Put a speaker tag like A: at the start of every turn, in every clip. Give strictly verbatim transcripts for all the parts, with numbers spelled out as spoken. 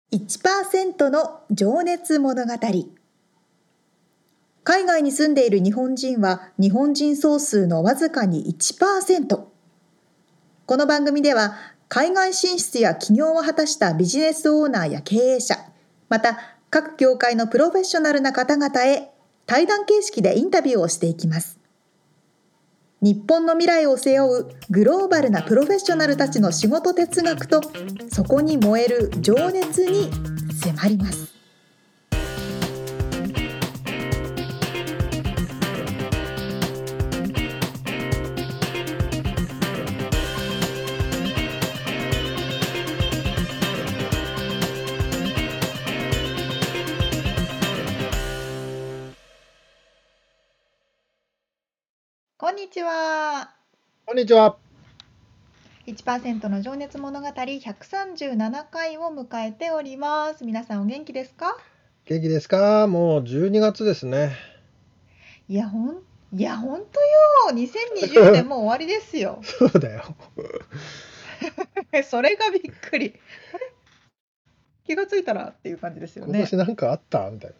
A: いちパーセント の情熱物語。海外に住んでいる日本人は日本人総数のわずかに いちパーセント。この番組では海外進出や起業を果たしたビジネスオーナーや経営者、また各業界のプロフェッショナルな方々へ対談形式でインタビューをしていきます。日本の未来を背負うグローバルなプロフェッショナルたちの仕事哲学とそこに燃える情熱に迫ります。こんにちは。
B: こんにちは。
A: いちパーセント の情熱物語ひゃくさんじゅうななかいを迎えております。皆さんお元気ですか？
B: 元気ですか？もうじゅうにがつですね。
A: いやほんいやほんとよ。にせんにじゅうねんもう終わりですよ。
B: そうだよ。
A: それがびっくり。あれ気がついたらっていう感じですよ
B: 今
A: ね。
B: 年なんかあったみたい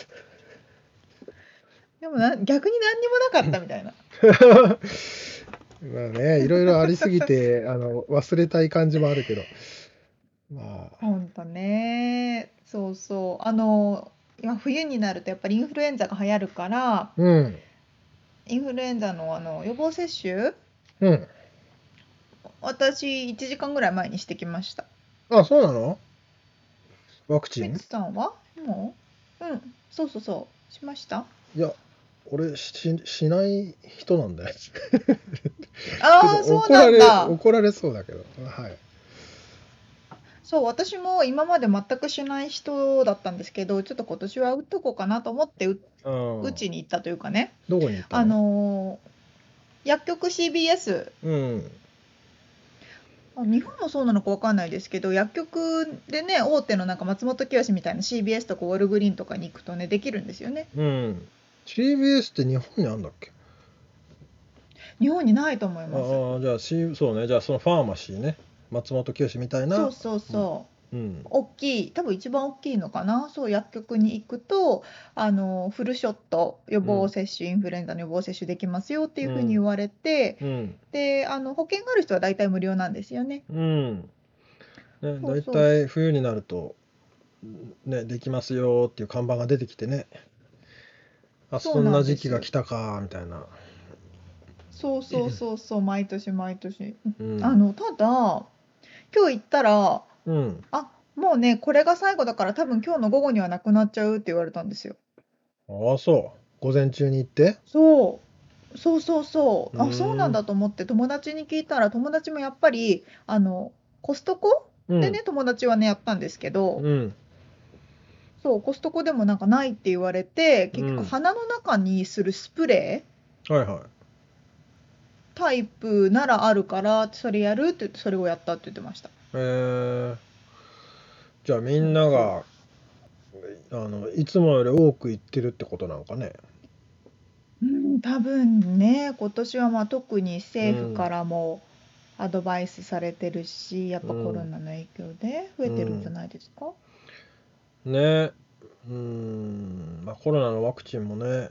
A: でもな逆に何にもなかったみたいな。
B: な。まあね、いろいろありすぎてあの忘れたい感じもあるけど。まあ、
A: ほんとね。そうそう。あの今冬になるとやっぱりインフルエンザが流行るから、
B: うん。
A: インフルエンザのあの予防接種、
B: うん。
A: 私いちじかんぐらい前にしてきました。
B: あ、そうなの？ワクチ
A: みつ
B: ン？
A: さんはもううんそうそうそうしました？
B: いや、俺し、しない人なんだよ。ちょっと
A: ああそう
B: 怒られ、
A: なんだ。
B: 怒られそうだけど。はい。
A: そう私も今まで全くしない人だったんですけど、ちょっと今年は打っとこうかなと思ってう
B: うん。
A: 打ちに行ったというかね。
B: どこに行った
A: あ
B: の？
A: のー薬局 シービーエス、
B: うん。
A: あ日本もそうなのかわかんないですけど、薬局でね大手のなんか松本清みたいな シービーエス とかウォルグリーンとかに行くとねできるんですよね。
B: うん。シービーエス って日本にあるんだっけ？
A: 日本にないと思います。
B: ああ、じゃあ、C、そうね。じゃあ、そのファーマシーね。松本清みたいな。
A: そうそうそう、
B: うん。
A: 大きい多分一番大きいのかな。そう薬局に行くとあのフルショット予防接種、インフルエンザの予防接種できますよっていうふうに言われて、
B: うん。
A: であの保険がある人は大体無料なんですよね。
B: うん。ね、だい
A: そうそう
B: たい冬になると、ね、できますよっていう看板が出てきてね。あ、
A: そう
B: そんな時
A: なんです。
B: 期が来たか、みたいな。
A: そうそうそうそう毎年毎年。
B: う
A: あ
B: ん。
A: のただ今日行ったら、
B: うん。
A: あもうねこれが最後だから多分今日の午後にはなくなっちゃうって言われたんですよ。
B: ああ、そう。午前中に行って。
A: そうそうそうそううあそうなん
B: ーん。
A: だと思って友達に聞いたら、友達もやっぱりあのコストコで
B: うん。
A: ね友達はねやったんですけど、
B: うん。
A: そうコストコでもなんかないって言われて、結局
B: うん。
A: 鼻の中にするスプレー
B: はいはい。
A: タイプならあるからそれやるって言ってそれをやったって言ってました。
B: えー、じゃあみ
A: そう
B: んな
A: そう、
B: が、あの、いつもより多く行ってるってことなのかね。
A: うん、多分ね今年はまあ特に
B: う
A: 政府か
B: ん。
A: らもアドバイスされてるし、やっぱコロ
B: うん。
A: ナの影響で増えてるんじゃ
B: うん。
A: ないですか？
B: ね。うーん。まあコロナのワクチンもね、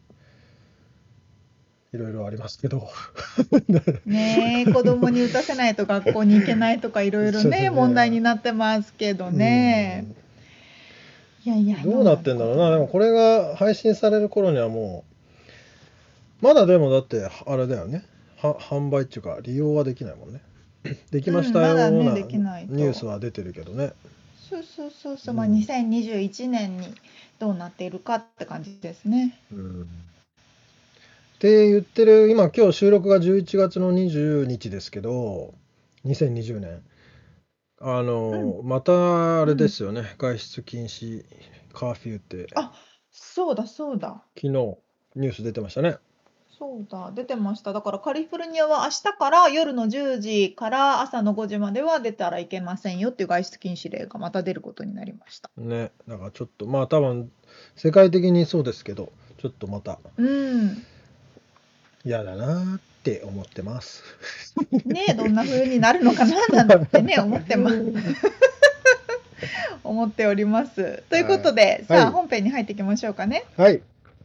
B: いろいろありますけど。
A: ねえ子供に打たせないと学校に行けないとかいろいろ
B: そうだ
A: ね問題
B: ね。
A: になってますけど
B: う
A: ね。
B: ん。
A: いやいや
B: どうなっ
A: どうなる
B: てんだろうな。で
A: ことやら。
B: もこれが配信される頃にはもう、まだでもだってあれだよね。は販売っていうか利用はできないもんね。できました
A: うんまだ
B: ような
A: ねできない
B: ニュース
A: と。
B: は出てるけどね。
A: そうそうそうそう、まあ
B: うん。
A: にせんにじゅういちねんにどうなっているかって感じですね。
B: うん。って言ってる、今今日収録がじゅういちがつのにじゅうにちですけど、にせんにじゅうねん。あ
A: うん
B: の、またあれで
A: うん。
B: すよね。外出禁止カーフィーって
A: あそうだそうだ
B: 昨日ニュース出てましたね。
A: そうだ出てました。だからカリフォルニアは明日から夜のじゅうじから朝のごじまでは出たらいけませんよっていう外出禁止令がまた出ることになりました。
B: ね。だからちょっと、まあ多分世界的にそうですけど、ちょっとまた
A: うん
B: 嫌だなって思ってます。
A: ねえどんな風になるのかななんてね思ってま思っております。ということで、さあ、
B: はい
A: 本編に入っていきましょうかね。
B: はい。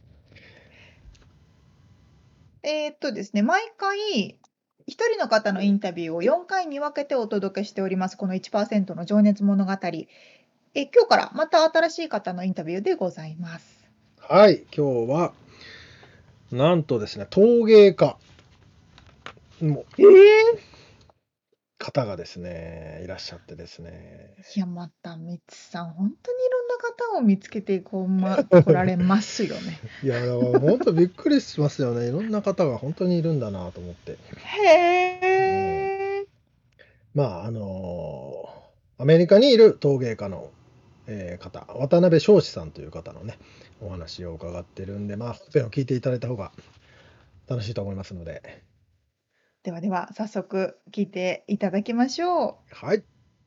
A: えーっとですね、毎回一人の方のインタビューをよんかいに分けてお届けしております、この いちパーセント の情熱物語。え今日からまた新しい方のインタビューでございます。
B: はい。今日は、なんとですね、陶芸家の
A: えー、
B: 方がですね、いらっしゃってですね。
A: いや、また、みつさん、本当にいろんな方を見つけてこ、ま、来られますよね。
B: いや、だから本当びっくりしますよね。いろんな方が本当にいるんだなと思って。
A: へー。
B: まあ、あのーアメリカにいる陶芸家の、えー方、渡辺彰子さんという方のね、お話を伺ってるんで、まあ、本編を聞いていただいた方が楽しいと思いますので。
A: ではでは、早速聞いていただきましょう。
B: はい。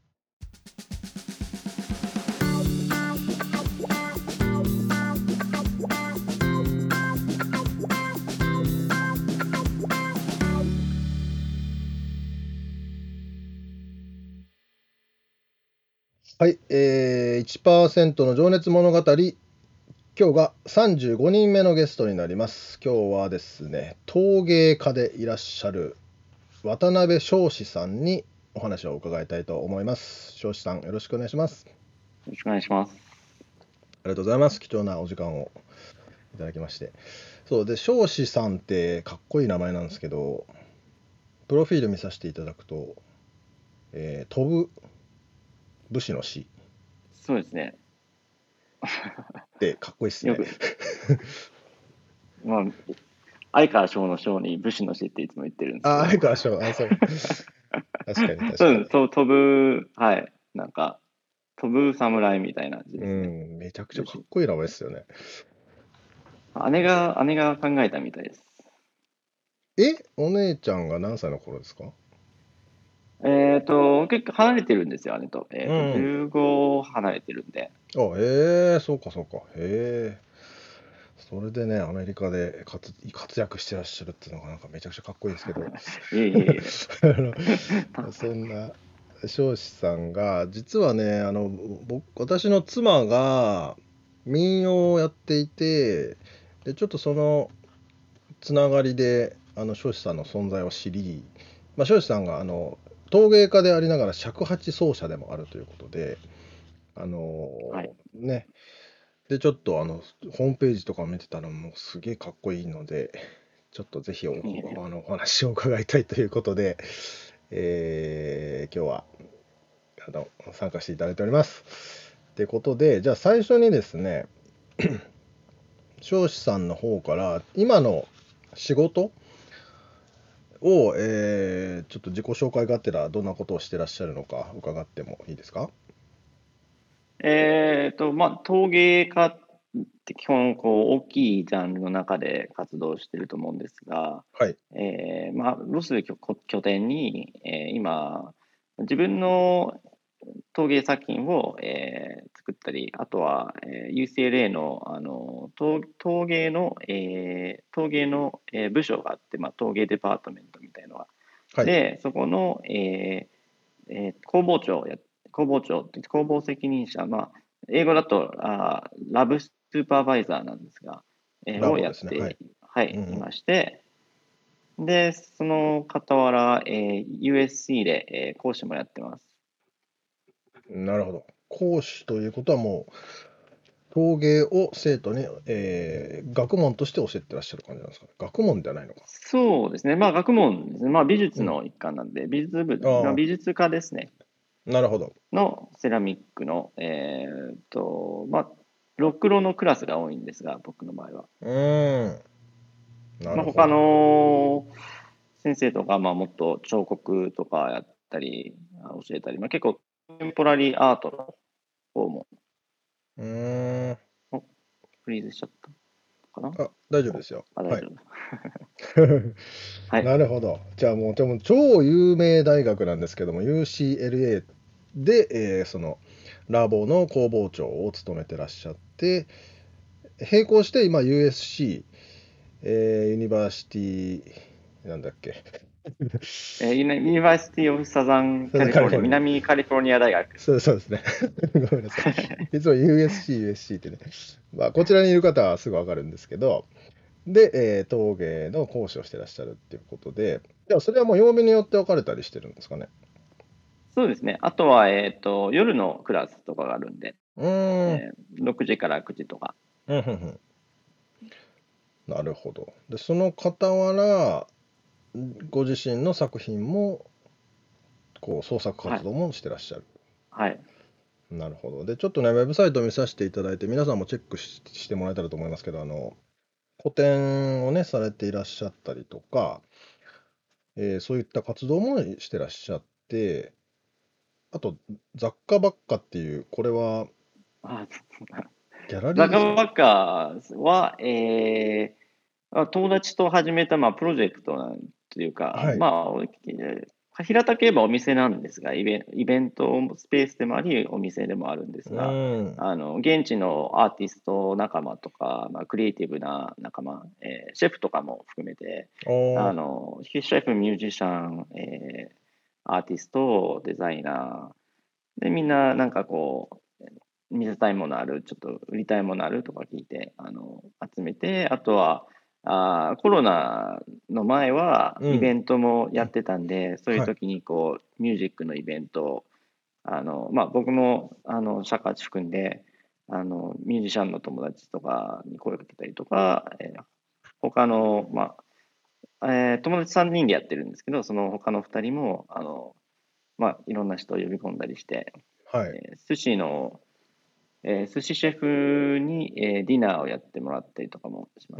B: はい、えー、いちパーセント の情熱物語、今日がさんじゅうごにんめのゲストになります。今日はですね、陶芸家でいらっしゃる渡辺彰子さんにお話を伺いたいと思います。彰子さん、よろしくお願いします。
C: よろしくお願いします。
B: ありがとうございます。貴重なお時間をいただきまして。そうで、彰子さんってかっこいい名前なんですけど、プロフィール見させていただくと、えー飛ぶ武士の士
C: そうですね。
B: ってかっこいいっすね。
C: よく、まあ、相川翔の翔に武士の士っていつも言ってるんですけど。
B: あ、相川翔、あ、そう。確かに確かに。
C: そうです。と飛ぶ、はい。なんか、飛ぶ侍みたいな字ですね。
B: うん、めちゃくちゃかっこいい名前ですよね。
C: 姉が、姉が考えたみたいです。
B: え、お姉ちゃんが何歳の頃ですか？
C: えっと、結構離れてるんですよ、姉と。えっと、
B: うん
C: じゅうご離れてるんで。
B: あ、へえ、そうかそうか。へえ。それでね、アメリカで活活躍してらっしゃるっていうのがなんかめちゃくちゃかっこいいですけど。
C: いえいえいえ。
B: あのそんな彰子さんが、実はね、あの、僕、私の妻が民謡をやっていて、で、ちょっとそのつながりで、あの、彰子さんの存在を知り、まあ、彰子さんが、あの、陶芸家でありながら尺八奏者でもあるということで、あの
C: はい。
B: ね、で、ちょっとあの、ホームページとか見てたらもうすげえかっこいいので、ちょっとぜひお、
C: いえいえ
B: あの、お話を伺いたいということで、えー今日はあの参加していただいております。ということで、じゃあ最初にですね、彰子さんの方から今の仕事を、えーちょっと自己紹介がてらどんなことをしてらっしゃるのか伺ってもいいですか？
C: えっと、まあ、陶芸家って基本、こう、大きいジャンルの中で活動してると思うんですが、
B: はい。
C: えーまあ、ロスを拠拠点に、えー今、自分の陶芸作品を、えー作ったり、あとは、えー ユーシーエルエー の、あの陶陶芸の、えー陶芸の、えー部署があって、まあ、陶芸デパートメントみたいなのが。
B: はい。
C: で、そこの、えーえー工房長をやっ工房長って工房責任者、まあ、英語だとあーラブスーパーバイザーなんですが、えー
B: ラ
C: をやって、
B: ボですね。はい。
C: はい、
B: うんうん
C: いまして、で、その傍ら、えー ユーエスシー で、えー講師もやってます。
B: なるほど。講師ということはもう陶芸を生徒に、えー学問として教えてらっしゃる感じなんですかね。学問ではないのか。
C: そうですね、まあ学問ですね、まあ美術
B: うん。
C: の一環なんで、美術部、
B: ああ、
C: 美術科ですね、
B: なるほど。
C: のセラミックの、えーっと、まあ、ろくろのクラスが多いんですが、僕の場合は。
B: うーん。な
C: まあ、他
B: るほど。
C: の先生とか、まあ、もっと彫刻とかやったり、あ教えたり、まあ、結構、テンポラリーアートの方も、
B: うーん。
C: おフリーズしちゃったかな
B: あ、大丈夫ですよ。
C: あ、
B: はい。
C: 大丈夫。はい。
B: なるほど。じゃあもう、でも超有名大学なんですけども、ユーシーエルエー で、えーそのラボの工房長を務めてらっしゃって、並行して今 ユーエスシー、えーユニバーシティ、なんだっけ、
C: えーユニユニバーシティ・オブ・サザン・カリフォルニア、
B: カリフォルニア
C: 南カリフォルニア大学。
B: そうそうですね。ごめんなさい。いつも ユーエスシー、ユーエスシー ってね。まあ、こちらにいる方はすぐわかるんですけど、で、えー陶芸の講師をしてらっしゃるっていうことで、でもそれはもう曜日によって分かれたりしてるんですかね。
C: そうですね。あとは、えっと、夜のクラスとかがあるんで、
B: うーん。
C: えーろくじからくじとか。
B: うんうんうん。なるほど。で、その傍ら、ご自身の作品も、こう、創作
C: はい。
B: 活動もしてらっしゃる。
C: はい。
B: なるほど。で、ちょっとね、ウェブサイトを見させていただいて、皆さんもチェックし、してもらえたらと思いますけど、あの、個展をね、されていらっしゃったりとか、えーそういった活動もしてらっしゃって、あと、雑貨ばっかっていう、これは
C: あ、
B: ギャラリーですかね。
C: ザカバカは、えーあ友達と始めた、まあ、プロジェクトなんていうか、
B: はい。
C: まあ、おえー平たく言えばお店なんですが、イベンイベントスペースでもあり、お店でもあるんです
B: う
C: が、
B: ーん。
C: あの現地のアーティスト仲間とか、まあ、クリエイティブな仲間、えーシェフとかも含めて、あ
B: おー。
C: のシェフ、ミュージシャン、えーアーティスト、デザイナー、で、みんななんかこう、見せたいものある、ちょっと売りたいものあるとか聞いて、あの、集めて、あとは、あーコロナの前は
B: うん。
C: イベントもやってたんで、そういう
B: はい。
C: 時にこう、ミュージックのイベント、あの、まあ、僕も、あの、社会組んで、あの、ミュージシャンの友達とかに声をかけたりとか、えー他の、まあ、えー友達さんにんでやってるんですけど、その他のふたりも、あの、まあ、いろんな人を呼び込んだりして、
B: はい。
C: えー寿司の、えー寿司シェフに、えーディナーをやってもらったりとかもしま
B: うん。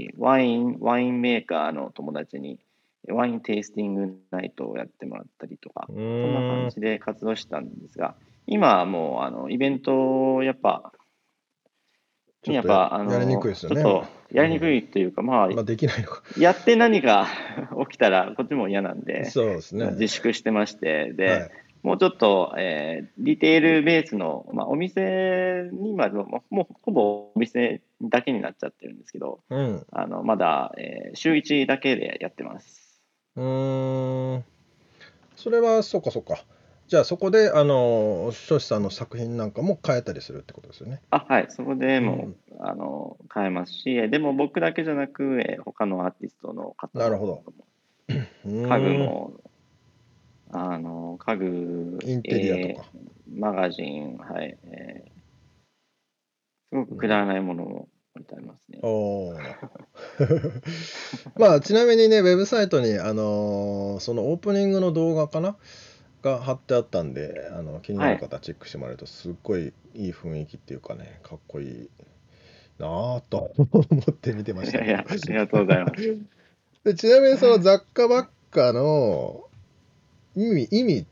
C: したし、ワイン、ワインメーカーの友達にワインテイスティングナイトをやってもらったりとか、
B: う
C: そんな
B: ーん。
C: 感じで活動してたんですが、今はもうあのイベント、やっぱ、
B: ちょっとや、
C: やっぱあ
B: やりにくい
C: の
B: ですよね。
C: ちょっとやりにく
B: うん。
C: いというか、まあ、
B: まあ、できないのか。
C: やって何か起きたらこっちも嫌なんで、
B: そうですね。
C: まあ自粛してまして、で、
B: はい。
C: もうちょっと、えーリテールベースの、まあ、お店に今でも、もうほぼお店だけになっちゃってるんですけど、
B: うん。
C: あのまだ、えー週いちだけでやってます。
B: うーん。それは、そうかそうか。じゃあ、そこで、あの、庄司さんの作品なんかも変えたりするってことですよね。
C: あ、はい、そこでも
B: うん。
C: あの買えますし、でも僕だけじゃなく、えー他のアーティストの方の
B: なるほど。
C: も
B: う
C: 家具
B: ーん。
C: もあの、家具、
B: インテリアと
C: え
B: か。
C: ーマガジン、はい、えーすごくくだら
B: うん。
C: ないものも置いてありますね。
B: おー。まあ、ちなみにね、ウェブサイトに、あのーそのオープニングの動画かなが貼ってあったんで、あの、気にな
C: はい。
B: る方チェックしてもらえると、すっごいいい雰囲気っていうかね、かっこいいなぁと思って見てましたけど。
C: いやいや、ありがとうございます。
B: で、ちなみにその雑貨ばっかの意味、意味って、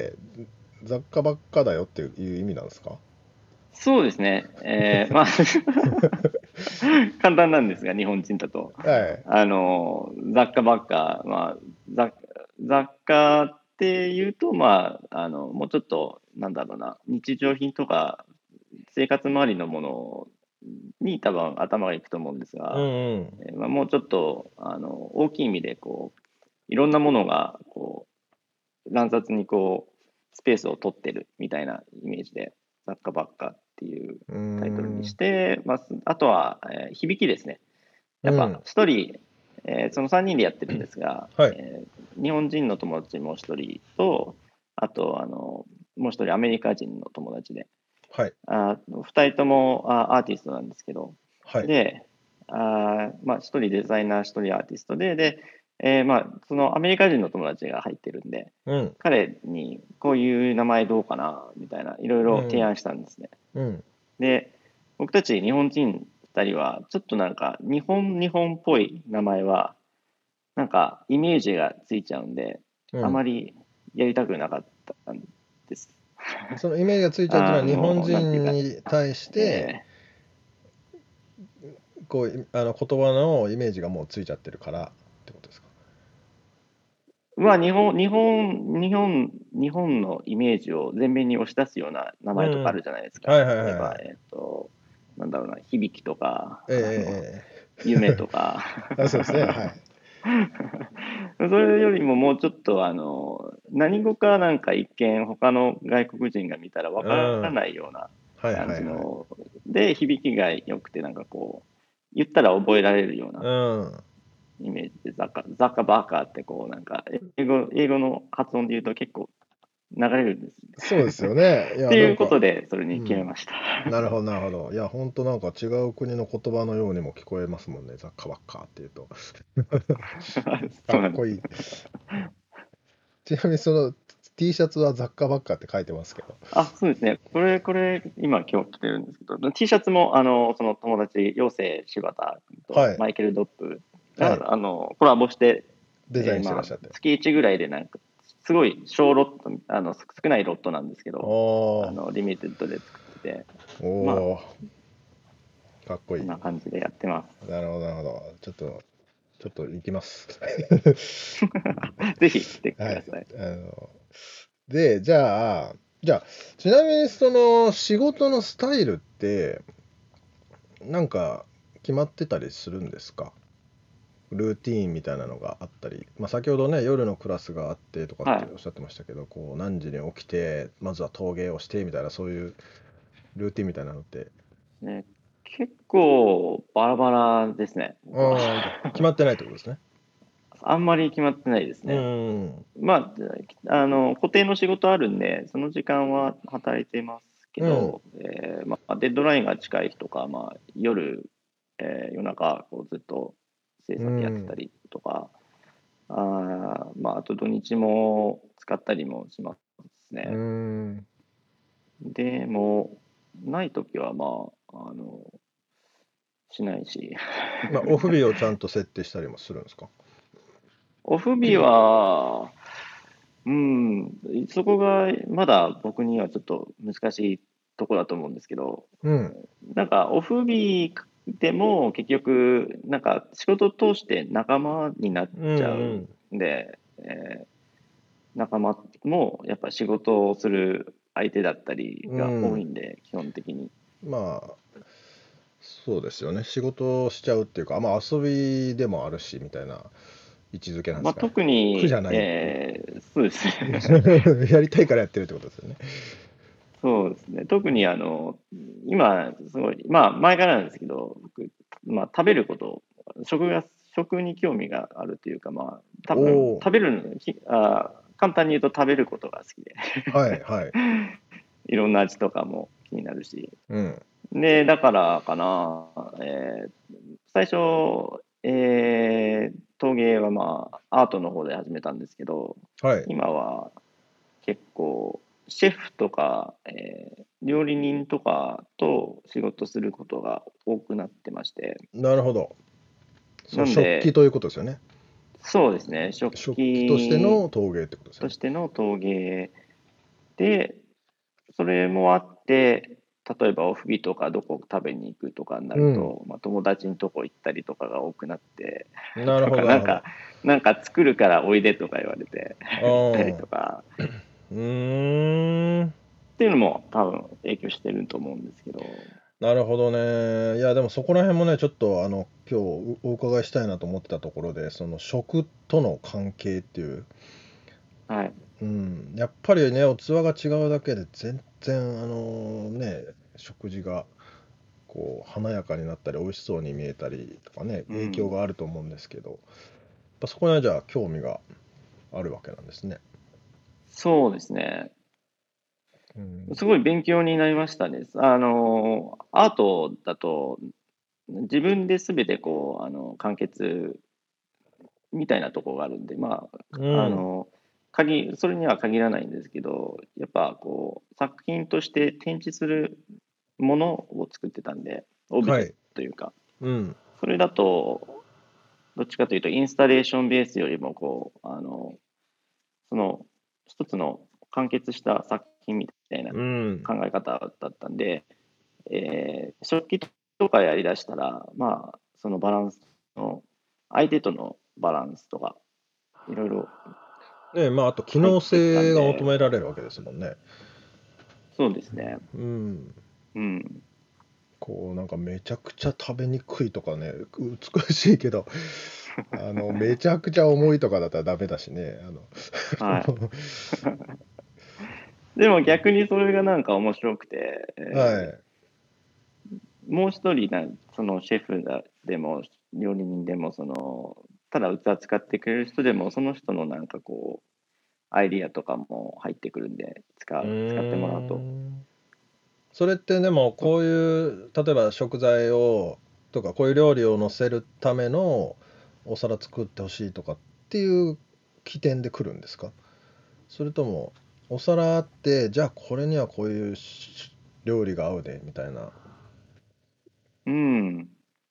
B: 雑貨ばっかだよっていう意味なんですか？
C: そうですね。えーまあ簡単なんですが、日本人だと。
B: はい。
C: あの、雑貨ばっか、まあ、雑雑貨っていうと、まあ、あの、もうちょっと、なんだろうな、日常品とか、生活周りのものに多分頭がいくと思うんです
B: う
C: が、
B: んうん。
C: えーまあ、もうちょっと、あの、大きい意味で、こう、いろんなものが、こう、乱雑にこう、スペースを取ってるみたいなイメージで、雑貨ばっかっていう
B: うー
C: タイトルに
B: ん。
C: して、まあ、あとは、えー響きですね。やっぱ
B: うん。
C: 一人、えーそのさんにんでやってるんですが、
B: はい。
C: えー日本人の友達もう一人と、あと、あの、もう一人アメリカ人の友達で、
B: はい。
C: あふたりともあアーティストなんですけど、
B: はい。
C: で、あまあ、一人デザイナー、一人アーティストで、で、えーまあ、そのアメリカ人の友達が入ってるんで、
B: うん。
C: 彼にこういう名前どうかな、みたいな、いろいろ提
B: うん。
C: 案したんですね。
B: うん。
C: で、僕たち日本人ふたりは、ちょっとなんか、日本、日本っぽい名前は、なんか、イメージがついちゃうんで、
B: うん。
C: あまりやりたくなかったんです。
B: そのイメージがついちゃうっていうのは、日本
C: あの、なんていうか、
B: 人に対して、
C: え
B: こう、あの言葉のイメージがもうついちゃってるからってことですか？
C: ー、まあ、日本、日本、日本、日本のイメージを前面に押し出すような名
B: うん。
C: 前とかあるじゃないですか。
B: はいはいはい
C: 例えば、
B: はい。
C: えっと、なんだろうな、響きとか、
B: ええ
C: あの、
B: えええ
C: 夢
B: え
C: とか
B: あ、そうですね。はい。
C: それよりももうちょっとあの何語かなんか一見他の外国人が見たらわからないような感
B: はいはいはい。
C: じの、で響きが良くてなんかこう言ったら覚えられるような
B: うん。
C: イメージでザカザカバカってこうなんか英語英語の発音で言うと結構流れるんですね。
B: そうですよね。いや、
C: っていう
B: なんか、
C: ことでそれに決め
B: うん。
C: ました。
B: なるほど、なるほど。いや、ほんとなんか違う国の言葉のようにも聞こえますもんね。ザッカバッカーっていうと。か
C: そうなんです。
B: っこいい。ちなみにその T シャツはザッカバッカーって書いてますけど。
C: あ、そうですね。これ、これ、今今日着てるんですけど、T シャツも、あの、その友達、陽生柴田君と
B: はい。
C: マイケル・ドップが、
B: はい。
C: あの、コラボして、
B: デザイ
C: えーまあ、
B: ンしてらっしゃって。
C: 月いちぐらいで、なんか、すごい小ロット、あの、少ないロットなんですけど、あ
B: おー。
C: の、リミテッドで作ってて、まあ、
B: おー。かっこいい。
C: こんな感じでやってます。
B: なるほど、なるほど。ちょっと、ちょっと行きます。
C: ぜひ来てく
B: はい。
C: ださい。
B: あの、で、じゃあ、じゃあ、ちなみにその仕事のスタイルって、なんか決まってたりするんですか？ルーティーンみたいなのがあったり、まあ、先ほどね、夜のクラスがあってとかっ
C: はい。
B: ておっしゃってましたけど、こう何時に起きて、まずは陶芸をしてみたいな、そういうルーティンみたいなのって、
C: ね、結構バラバラですね、僕は。
B: ああ、じゃあ決まってないってことですね。
C: あんまり決まってないです
B: う
C: ね。
B: ん。
C: まあ、あの固定の仕事あるんで、その時間は働いてますけ
B: うん。
C: ど、えーまあ、デッドラインが近い日とか、まあ、夜、えー夜中こうずっと制
B: う
C: 作やってた
B: ん。
C: りとか、あー、まあ、あと土日も使ったりもします
B: う
C: ね。
B: ん。
C: でも、ないときは、まあ、あの、しないし。
B: まあ、オフ日をちゃんと設定したりもするんですか？
C: オフ日は、うん、そこがまだ僕にはちょっと難しいとこだと思うんですけど、
B: うん。
C: なんかオフ日でも結局、なんか仕事を通して仲間になっ
B: うん
C: ちゃうんで、えー仲間もやっぱ仕事をする相手だったり
B: うん。
C: が
B: うん。
C: 多いんで、基本的に。
B: まあ、そうですよね。仕事をしちゃうっていうか、まあ遊びでもあるし、みたいな位置づけなんで
C: まあ、
B: すかね。
C: 特に、
B: 苦じゃないっていう。
C: えーそうですね。
B: やりたいからやってるってことですよね。
C: そうですね。特にあの、今、すごい、まあ、前からなんですけど、僕、まあ、食べること、食が、食に興味があるというか、まあ、多
B: お
C: 分、
B: お。
C: 食べるの、きあ、簡単に言うと食べることが好きで、
B: はいはい。
C: いろんな味とかも気になるし。
B: うん。
C: で、だからかな、えー最初、えー陶芸はまあ、アートの方で始めたんですけど、
B: はい。
C: 今は結構シェフとか、えー料理人とかと仕事することが多くなってまして、
B: なるほど。その
C: なんで、
B: 食器ということですよね。
C: そうですね、食
B: 食器として
C: 器
B: の陶芸ってことですよね。
C: としての陶芸で、それもあって、例えばオフビとかどこ食べに行くとかにな
B: うん。
C: ると、まあ、友達のとこ行ったりとかが多くなって、
B: なる
C: と
B: ほどなるほど。
C: かなんか、なんか作るからおいでとか言われて
B: あ
C: 行ったり
B: あ。
C: とか、
B: うーん。
C: っていうのも多分影響してると思うんですけど、
B: なるほどね。いや、でもそこら辺もね、ちょっとあの、今日おお伺いしたいなと思ってたところで、その食との関係っていう、
C: はい。
B: うん、やっぱりね、器が違うだけで全然、あのね、食事がこう華やかになったり、美味しそうに見えたりとかね、影響
C: うん。
B: があると思うんですけど、やっぱそこにはじゃあ興味があるわけなんですね。
C: そうですね。
B: うん。
C: すごい勉強になりましたね。あの、アートだと自分で全てこう、あの、完結みたいなところがあるんで、ま
B: う
C: あ、あ
B: ん。
C: の、限、それには限らないんですけど、やっぱこう、作品として展示するものを作ってたんで、オブジェ
B: はい。
C: というか、
B: うん。
C: それだと、どっちかというと、インスタレーションベースよりも、こう、あの、その、一つの完結した作品みたいな
B: うん。
C: 考え方だったんで、えー食器とかやりだしたら、まあ、そのバランスの、相手とのバランスとか、いろいろ
B: ね、まあ、あと機能
C: 入ってきたん
B: 性が求
C: で、
B: められるわけですもんね。
C: そうですね。
B: うん。
C: うん。
B: こうなんかめちゃくちゃ食べにくいとかね、美しいけど、 あのめちゃくちゃ重いとかだったらダメだしね。あの
C: はい。でも逆にそれがなんか面白くて、えー
B: はい。
C: もう一人な、そのシェフだでも、料理人でも、その、ただ器使ってくれる人でも、その人のなんかこう、アイディアとかも入ってくるんで、使
B: うー
C: う、使ってもらうと。
B: ん。それってでもこういう例えば食材をとかこういう料理を載せるためのお皿作ってほしいとかっていう起点で来るんですか？それともお皿あってじゃあこれにはこういうし料理が合うでみたいな。
C: うん。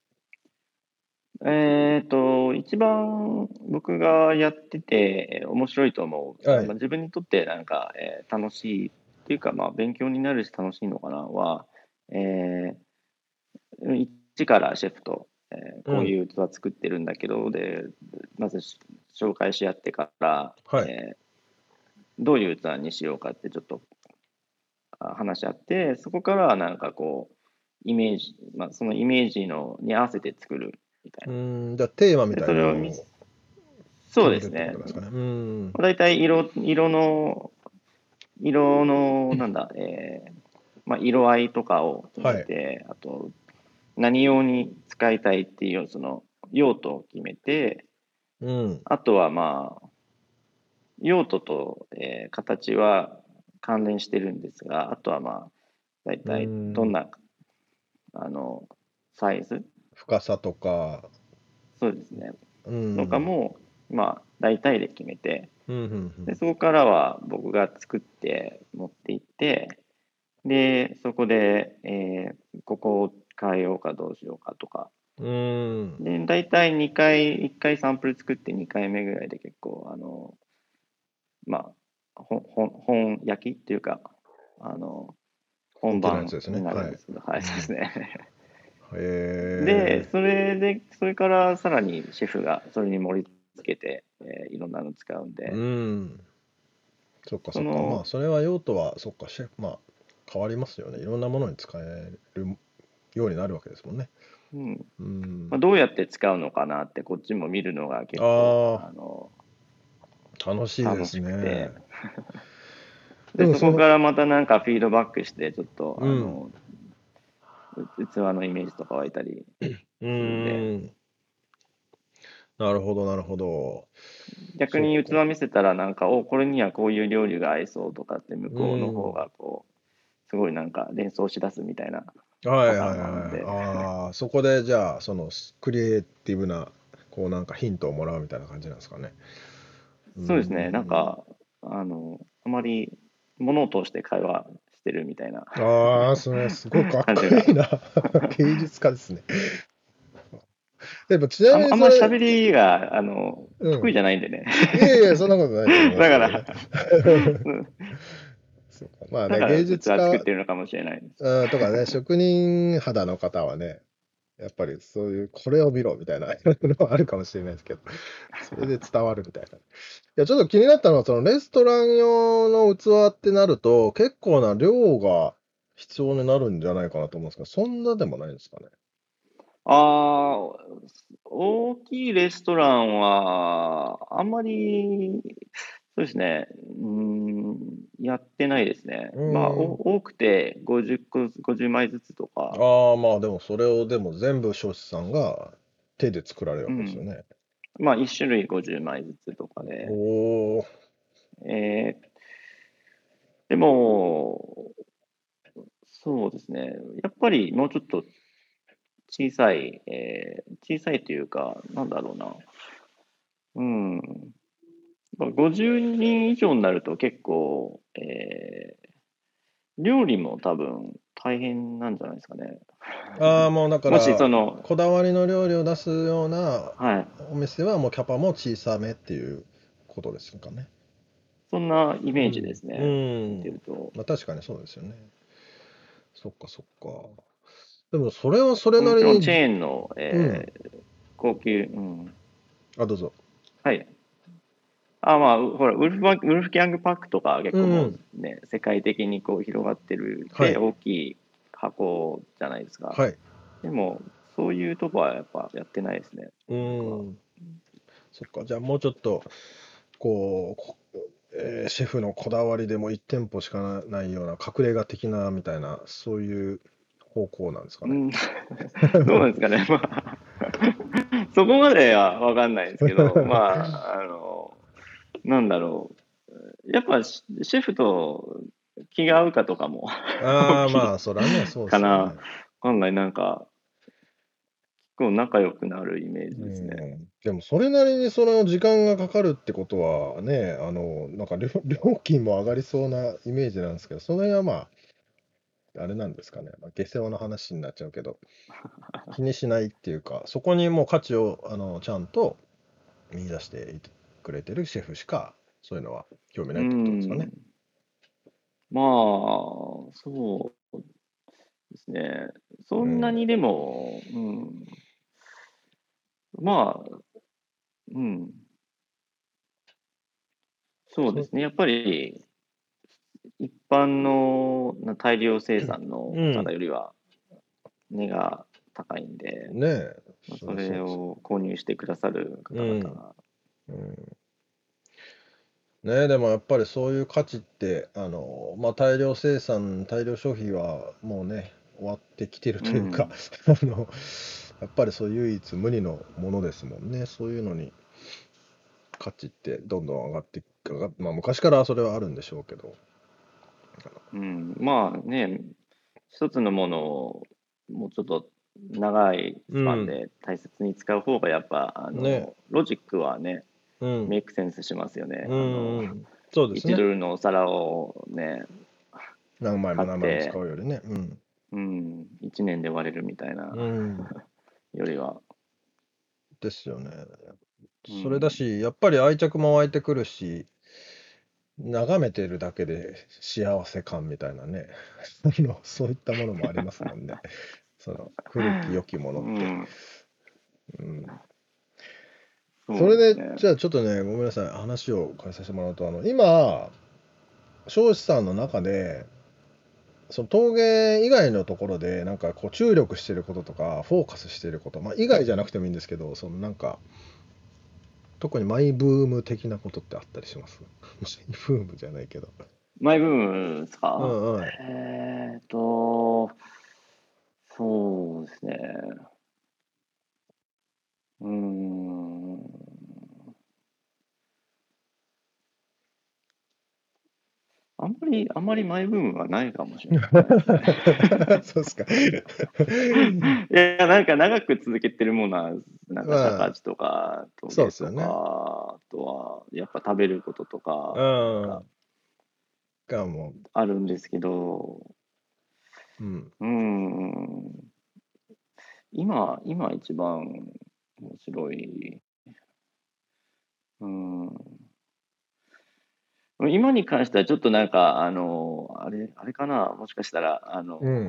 C: えっと、一番僕がやっててえー面白いと思う、あまあ、
B: はい。
C: 自分にとってなんか、えー楽しいっていうか、まあ、勉強になるし楽しいのかなは、えー一からシェフと、えーこう
B: うん。
C: いう器作ってるんだけど、で、まずし紹介し合ってから、
B: はい。
C: えーどういう器にしようかってちょっとあ話し合って、そこからはなんかこう、イメージ、まあ、そのイメージのに合わせて作るみたい
B: う
C: な。
B: ーん、じゃあテーマみ
C: で、
B: たい
C: それを見せ、
B: なのを決めるってこ
C: そうですね。
B: とですかね。うーん。
C: 大体色、色の、色の、なんだ、えーまあ、色合いとかを決め
B: はい。
C: て、あと、何用に使いたいっていう、その、用途を決めて、
B: うん。
C: あとはまあ、用途と、えー形は関連してるんですが、あとはまあ、大
B: うー
C: 体どん
B: ん。
C: な、あの、サイズ、
B: 深さとか。
C: そうですね、
B: う
C: とか
B: ん。
C: も、まあ、大体で決めて、
B: うん。うん。う
C: で、
B: ん。
C: そこからは僕が作って持って行って、で、そこで、えーここを変えようかどうしようかとか。
B: うーん。
C: で、大体にかい、いっかいサンプル作ってにかいめぐらいで結構、あの、まあ、ほ本本焼きっていうか、あの、本
B: 本気のやつ
C: 番に
B: ですね。はい。
C: なるんですけど、はい、そうです
B: うん。
C: ね。で、
B: へえ。
C: それで、それからさらにシェフがそれに盛り付けて、えーいろんなの使うん
B: う
C: で、
B: ん。そっかそっか。まあ、
C: その、
B: それは用途は、そっか、シェフ、まあ、変わりますよね。いろんなものに使えるようになるわけですもんね。
C: うん
B: うん。
C: まあ、どうやって使うのかなってこっちも見るのが結構、
B: あ
C: あの、
B: あ、楽しいで
C: 楽
B: すね。
C: しくて、で、
B: でも、
C: そこ
B: その、
C: からまたなんかフィードバックして、ちょっと、
B: うん。
C: あの、う器のイメージとか湧いたり
B: う
C: するんで、
B: ーん。なるほど、なるほど。
C: 逆に器
B: そっか。
C: 見せたらなんか、お、これにはこういう料理が合いそうとかって向
B: う
C: こうの方
B: ん。
C: がこう、すごいなんか連想しだすみたいな
B: はいはい
C: パターンもあるん
B: はい。
C: で、
B: ああ、そこでじゃあ、そのクリエイティブな、こうなんかヒントをもらうみたいな感じなんですかね。うー
C: そうですね、なん
B: ん。
C: か、あの、あまり物を通して会話してるみたいな
B: ああ、それすごいかっこ
C: 感じが
B: いいな。芸術家ですね。でもちな
C: あん、
B: みにそれ、
C: あんまり喋りが、あの、得意
B: うん。
C: じゃないんでね。
B: いやいや、そんなことないと思いま
C: だから、
B: すけどね。
C: うん、
B: そうか。まあね、
C: だから
B: 芸術
C: 器作っ
B: 家
C: てるのかもしれないです。
B: うんとかね、職人肌の方はね、やっぱりそういう、これを見ろみたいなのはあるかもしれないですけど、それで伝わるみたいな。いや、ちょっと気になったのは、そのレストラン用の器ってなると、結構な量が必要になるんじゃないかなと思うんですけど、そんなでもないんですかね。
C: ああ、大きいレストランは、あんまり、そうですね、うーん、やってないですね。
B: う
C: まあ、
B: ーん。
C: お多くてごじゅっこ、ごじゅうまいずつとか、
B: ああ、まあでもそれをでも全部彰子さんが手で作られるわ
C: うん。
B: けですよね。
C: まあ、いち種類ごじゅうまいずつとか
B: お
C: で、
B: お、
C: えーでも、そうですね、やっぱりもうちょっと小さい、えー小さいというか、なんだろうな。うん。まあごじゅうにん以上になると結構、えー料理も多分大変なんじゃないですかね。
B: ああ、もうだか
C: もしそ
B: ら、
C: の、
B: こだわりの料理を出すような
C: はい。
B: お店はもうキャパも小さめっていうことですかね。
C: そんなイメージで
B: うん。う
C: すね。見て
B: ん。
C: ると。
B: まあ確かにそうですよね。そっかそっか。でもそれはそれな
C: もちろんチ
B: りに、
C: ェーンの、え
B: うん。
C: ー高級、うん。
B: あ、どうぞ。
C: はい。あ、まあ、うほら、ウルフバ、ウルフギャングパックとか結構も
B: うん。
C: うね、世界的にこう広がってるで、
B: はい。
C: 大きい箱じゃないですか。
B: はい。
C: でも、そういうとこはやっぱやってないですね、
B: う
C: 僕は。
B: ん。 そっか、じゃあもうちょっと、こう、こえーシェフのこだわりでもいち店舗しかないような隠れ家的なみたいな、そういう方向なんですかね。
C: うん、どうなんですかね。まあ、そこまではわかんないですけど、まあ、あの、なんだろう。やっぱシシェフと気が合うかとかも大
B: ああ、
C: きい
B: まあ、そらね、そうで
C: かな。
B: すよね。
C: 本来なんか、結構仲良くなるイメージ
B: う
C: ですね。
B: ん。でも、それなりにその時間がかかるってことはね、あの、なんか料料金も上がりそうなイメージなんですけど、その辺はまあ、あれなんですかね。まあ、下世話の話になっちゃうけど、気にしないっていうか、そこにもう価値をあのちゃんと見出していてくれてるシェフしか、そういうのは興味な
C: う
B: いってことですかね。
C: ん。まあ、そうですね。そ
B: うん。
C: んなにでも、うん。まあ、うん。そうで
B: そ
C: すね。やっぱり、一般のな大量生産の
B: う
C: お皿
B: ん。
C: よりは値が高いんで、
B: ねえ、
C: まあ、
B: そ
C: それ
B: りゃそうです。
C: を購入してくださる方々
B: うん。
C: が、
B: うん。ねえ、でもやっぱりそういう価値って、あの、まあ、大量生産、大量消費はもうね、終わってきてる
C: う
B: というか、
C: ん、
B: あの、やっぱりそう唯一無二のものですもんね。そういうのに価値ってどんどん上がって上がっまあ昔からそれはあるんでしょうけど。
C: うん、まあね、一つのものをもうちょっと長いスパン
B: うん。
C: で大切に使う方がやっぱ、あ
B: ね。
C: の、ロジックはね、
B: うん。
C: メイクセンスしますよね。
B: う
C: あの、
B: んうん。そうです
C: いち
B: ね。
C: ドルのお皿をね、
B: 何枚も
C: 買っ
B: 何枚も使
C: て、
B: うよりね。うん。
C: うん、いちねんで割れるみたいな
B: うん。
C: よりは、
B: ですよね。
C: うん、
B: それだし、やっぱり愛着も湧いてくるし、眺めてるだけで幸せ感みたいなね。あのそういったものもありますもんね。その古き良きものって。
C: うん、
B: うん。それで、
C: そうですね。
B: じゃあちょっとね、ごめんなさい。話を変えさせてもらうと、あの、今、彰子さんの中で、その陶芸以外のところで、なんかこう注力してることとか、フォーカスしてること、まあ、以外じゃなくてもいいんですけど、そのなんか、特にマイブーム的なことってあったりします？マイブームじゃないけど。
C: マイブームですか？
B: うんうん。
C: えーと、そうですね。うーん。あんまり、あんまりマイブームはないかもしれないですね。
B: そうですか。
C: いや、なんか長く続けてるものは、なんか
B: まあ、
C: 尺八とか陶
B: そうで
C: 芸とか、
B: すよね。
C: あとはやっぱ食べることと
B: う
C: か、なんか
B: ん。がも
C: あるんですけど、
B: う、うん。
C: うーん、今、今一番面白い、うーん、今に関してはちょっとなんか、あの、あれ、あれかな、もしかしたら、あの、
B: うん。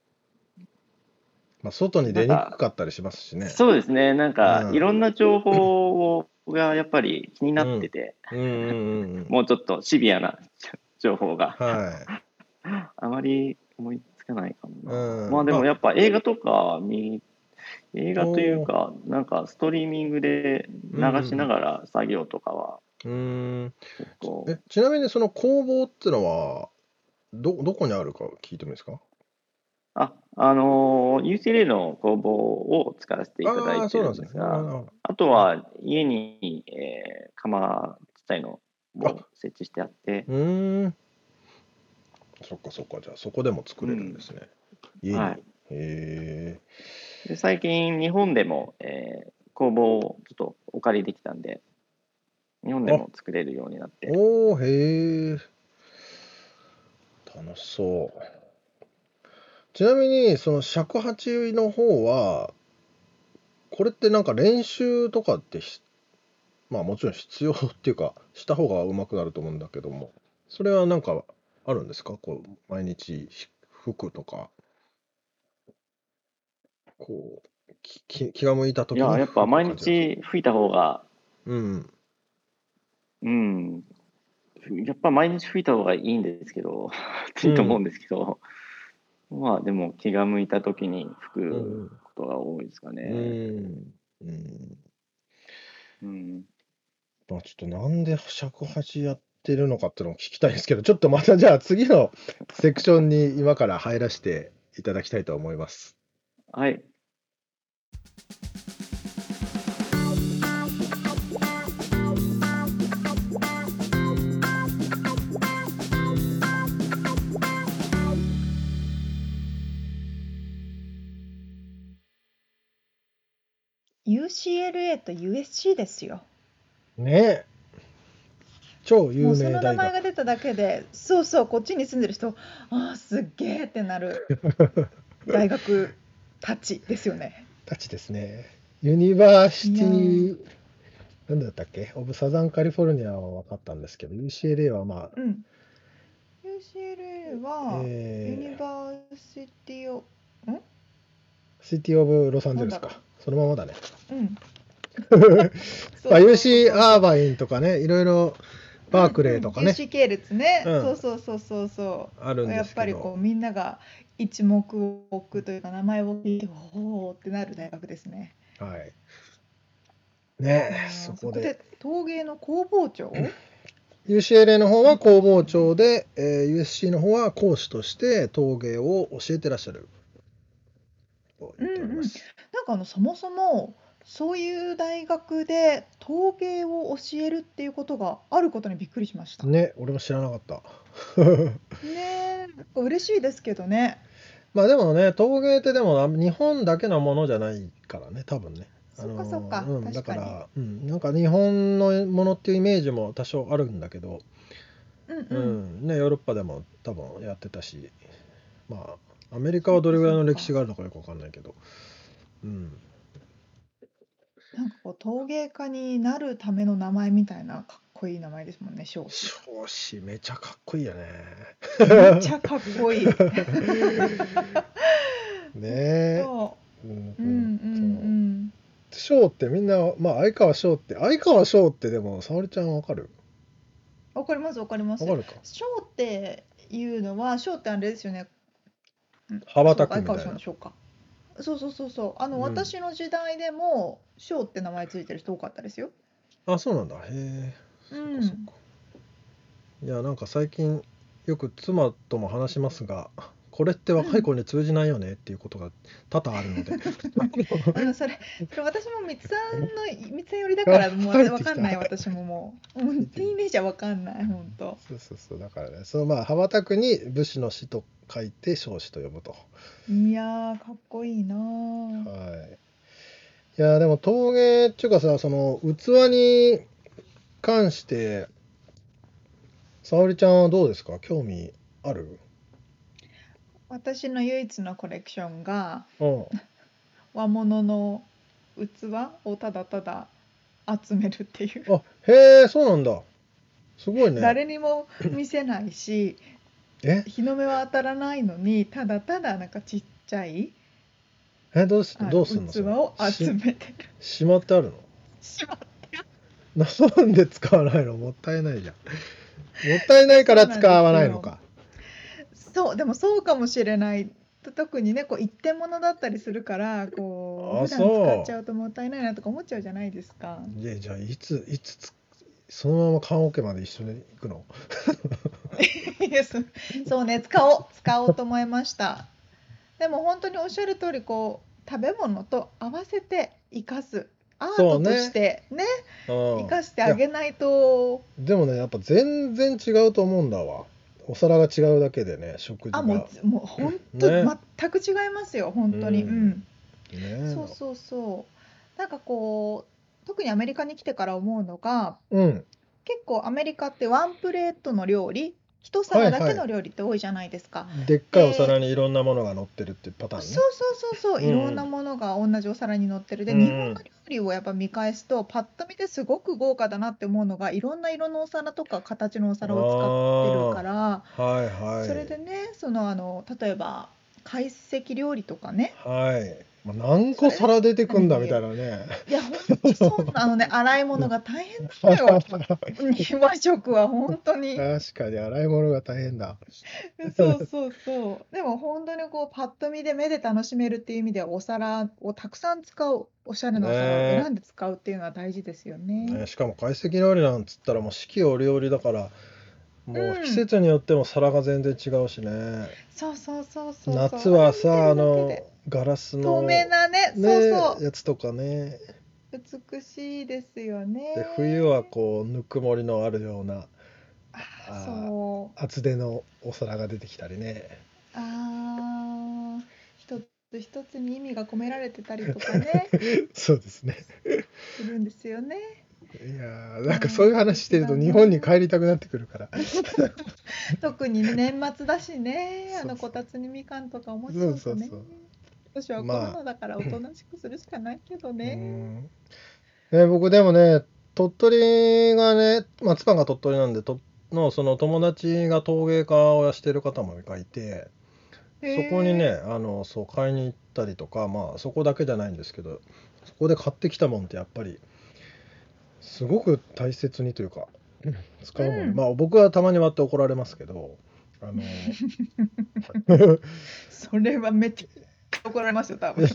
B: まあ、外に出にく
C: なんか、
B: かったりしますしね。
C: そうですね、なんか、い
B: うん。
C: ろんな情報をがやっぱり気になって
B: うん。
C: て、
B: うんうんうん。
C: もうちょっとシビアな情報が
B: はい。
C: あまり思いつかないかも
B: う
C: な。まあ
B: ん。まあ、
C: でもやっぱ映画とか見、映画という
B: おー、
C: か、なんかストリーミングで
B: うん
C: 流しな
B: うん
C: がら作業とかは
B: うん。うーん。
C: 結
B: ち
C: 構、
B: え、ちなみにその工房ってのは、ど、どこにあるか聞いてもいいですか？
C: あ、あの、ユーシーエルエー の工房を使わせていただい
B: ああー、
C: てるん
B: そうなんですね。
C: ですが、
B: なるほど、なるほ
C: あと
B: ど。
C: は家に、えー窯自体の
B: あ、あ、
C: を設置してあって、
B: うーん。そっかそっか。じゃあそこでも作れるんで
C: うん、
B: すね。家に。
C: はい。
B: へえ。
C: で、最近日本でも、えー工房をちょっとお借りできたんで、日本で
B: あ、
C: も作れるようになって、
B: おお、へえ。楽しそう。ちなみに、その尺八の方は、これってなんか練習とかってひまあもちろん必要っていうか、した方が上手くなると思うんだけども、それはなんかあるんですか？こう、毎日し吹くとか、こう、きき気が向いた
C: いや、
B: 時に
C: やっぱ毎
B: 吹く感じなんですか？
C: 日吹いた方が、
B: うん。
C: うん、やっぱ毎日吹いた方がいいんですけど、いいと思うん
B: うん。
C: ですけど、まあでも気が向いた時に吹く
B: うん。
C: ことが多いですか
B: う
C: ね。
B: ん。うん。
C: うん。
B: まあ、ちょっとなんで尺八やってるのかっていうのを聞きたいんですけど、ちょっとまたじゃあ次のセクションに今から入らせていただきたいと思います。
C: はい。
A: ユーシーエルエー と ユーエスシー ですよ。
B: ねえ。超
A: も
B: 有
A: うその名
B: 名大学。
A: 前が出ただけで、そうそう、こっちに住んでる人、ああ、すっげえってなる大学たちですよね。
B: たちですね。ユニバーシテ
A: いやー、
B: ィ、なんだったっけオブサザンカリフォルニアは分かったんですけど、ユーシーエルエー はまあ、
A: うん。ユーシーエルエー は、ユニ
B: え
A: バーシティオ、ん
B: ー、シティオブロサンゼルスか。
A: なんだろ
B: そのままだね。
A: う。うん。
B: まあ、
A: そうそうそう
B: ユーシー
A: そうそう。
B: アーバインとかね、いろいろ、バーク
A: うんうん。
B: レーとかね、
A: ユーシー 系列ね。
B: うん、
A: そうそうそうそうそ
B: ある
A: う。
B: んで
A: やっ
B: すけど、
A: ぱりこうみんなが一目を置くというか名前を聞いて、おーってなる大学ですね。
B: はい。ねえ、
A: いやー、そ
B: そこで、
A: こで陶芸の工房長
B: ユーシーエルエー の方は
A: すごい
B: 工房
A: ですよね。
B: 長で、えー ユーエスシー の方は講師として陶芸を教えてらっしゃると言っており
A: うんうん。
B: ます。
A: なんかあのそもそもそういう大学で陶芸を教えるっていうことがあることにびっくりしました。
B: ね、俺も知らなかった。
A: ねえ、嬉しいですけどね。
B: まあでもね、陶芸ってでも日本だけのものじゃないからね、多分ね。あ
A: そっかそっか、
B: のーうん、だ
A: 確かに。
B: から、うん、なんか日本のものっていうイメージも多少あるんだけど、
A: うん
B: う
A: うん。
B: ん、ね、ヨーロッパでも多分やってたし、まあ、アメリカ
A: そっか
B: はどれぐらいの歴史
A: そっか。
B: があるのかよくわかんないけど、うん、
A: なんかこう陶芸家になるための名前みたいなかっこいい名前ですもんね、彰子。
B: 少子めちゃかっこいいよね。
A: めっちゃかっこいい。
B: ね
A: ほん
B: え、
A: と。
B: うん、
A: うんう
B: うん、そう。
A: ん
B: 翔ってみんな、まあ相川翔って、相川翔ってでも、沙織ちゃんわかる
A: うん。わかりますわかります。
B: わかるか
A: 章っていうのは、章ってあれですよね。うん、
B: 羽ばた
A: そう、相川
B: くみたいな。
A: 翔の章か。そうそうそうそう。あの、
B: うん。
A: 私の時代でも、章って名前ついてる人多かったですよ。
B: あ、そうなんだ。へえ、
A: う
B: そっかそっ
A: ん。
B: か。いや、なんか最近よく妻とも話しますが、これって
A: うん。
B: 若い子に通じないよねっていうことが多々あるので。
A: うん、それ、それ私も三つさんの、三つさん寄りだか
B: あ、
A: ら、もうわ
B: 入ってきた。
A: わかんない、私ももう。もう、テ
B: 入ってきた。
A: ィーンエイジャーわかんない、ほんと。
B: そうそうそう。だからね、そのまあ、羽ばたくに武士の士と書いて将士と呼ぶと。
A: いやー、かっこいいなー。
B: はい。いや、でも陶芸っていうかさ、その器に関して、沙織ちゃんはどうですか興味ある
A: 私の唯一のコレクションが、
B: うん。
A: 和物の器をただただ集めるっていう。
B: あ、へえ、そうなんだ。すごいね。
A: 誰にも見せないし、
B: え
A: 日の目は当たらないのに、ただただなんかちっちゃい
B: え、どうし、
A: あの
B: どうすんのそれ。
A: 器を集
B: し、
A: めてる。
B: しまってあるの
A: しまっ
B: なんで使わないのもったいないじゃん。もったいないから
A: そうなんで
B: 使わ
A: すよ。
B: ないのか。
A: そう、でもそうかもしれない。特にね、こう一点物だったりするから、こう
B: あ、
A: 普段使っち
B: そ
A: ゃうともったいないなとか思っちゃうじゃないですか。
B: う。で、じゃあ、いつ、いつつ、そのまま棺桶まで一緒に行くの
A: いやそそうね、使おう、使おうと思いました。でも本当におっしゃる通り、こう食べ物と合わせて生かす、アートとし
B: そうね。
A: てね、
B: うん。
A: 生かして
B: いや、
A: あげないと。
B: でもね、やっぱ全然違うと思うんだわ。お皿が違うだけでね、食
A: あ、もう
B: 事が。
A: ずもう本当
B: ね。
A: 全く違いますよ、本
B: う
A: 当に。う
B: ん。
A: ん。
B: ね
A: そうそうそう。なんかこう、特にアメリカに来てから思うのが、
B: うん。
A: 結構アメリカってワンプレートの料理、一皿だけ
B: はいはい。
A: の料理って多いじゃないですか。
B: でっかいお皿
A: で、
B: にいろんなものが乗ってるっていうパターンね。
A: そうそうそうそう、
B: うんうん。
A: いろんなものが同じお皿に乗ってる。で、日本
B: うん
A: の料理をやっぱ見返すと、パッと見てすごく豪華だなって思うのが、いろんな色のお皿とか形のお
B: うん。
A: 皿を使ってるか
B: あ
A: ら、
B: あ、はいは
A: それ
B: い。
A: でね、そのあの、例えば、懐石料理とかね、
B: はい。 まあ、何個皿出てくんだみたいなね。
A: いや本当そうなのね、洗い物が大変だよ和食は本当に。
B: 確かに洗い物が大変だ。
A: そうそうそう。でも本当にこうパッと見で目で楽しめるっていう意味ではお皿をたくさん使う、おしゃれなお皿を
B: ね
A: 選んで使うっていうのは大事ですよ
B: え
A: ね。
B: ねえしかも懐石料理なんつったらもう四季折々だからもう季
A: うん、
B: 節によっても皿が全然違うしね。
A: そうそうそうそうそう。
B: 夏はさあ
A: あれ見てるだけで
B: のガラス
A: 透明
B: の
A: なね、そう
B: ね
A: そう。
B: やつとかね。
A: 美しいですよ
B: で
A: ね。
B: 冬はこうぬくもりのあるような
A: あー、
B: あ
A: そう。
B: 厚手のお皿が出てきたりね。
A: ああ、一つ一つに意味が込められてたりとかね、
B: そうですね。
A: するんですよね。
B: いやー
A: いや
B: なんかそういう
A: ー、素
B: 話してると
A: 敵だ
B: 日本に
A: な。
B: 帰りたくなってくるから。
A: 特にね年末だしね、あのこ
B: そうそう
A: たつにみかんとかお餅
B: そう
A: とかね。
B: そうそう。
A: 私はこういう
B: まあ
A: のだからおとなしくするしかないけど
B: うー
A: ね。
B: んね、僕でもね、鳥取がね、まあ、妻が鳥取なんで、とのその友達が陶芸家をしてる方もいて、
A: へ
B: そこにね、
A: え。
B: あの、そう、買いに行ったりとか、まあ、そこだけじゃないんですけど、そこで買ってきたもんってやっぱり、すごく大切にというか、うん使うもんで、
A: うん。
B: まあ、僕はたまに割って怒られますけど、あの、
A: それはめっちゃ怒られますよ多分。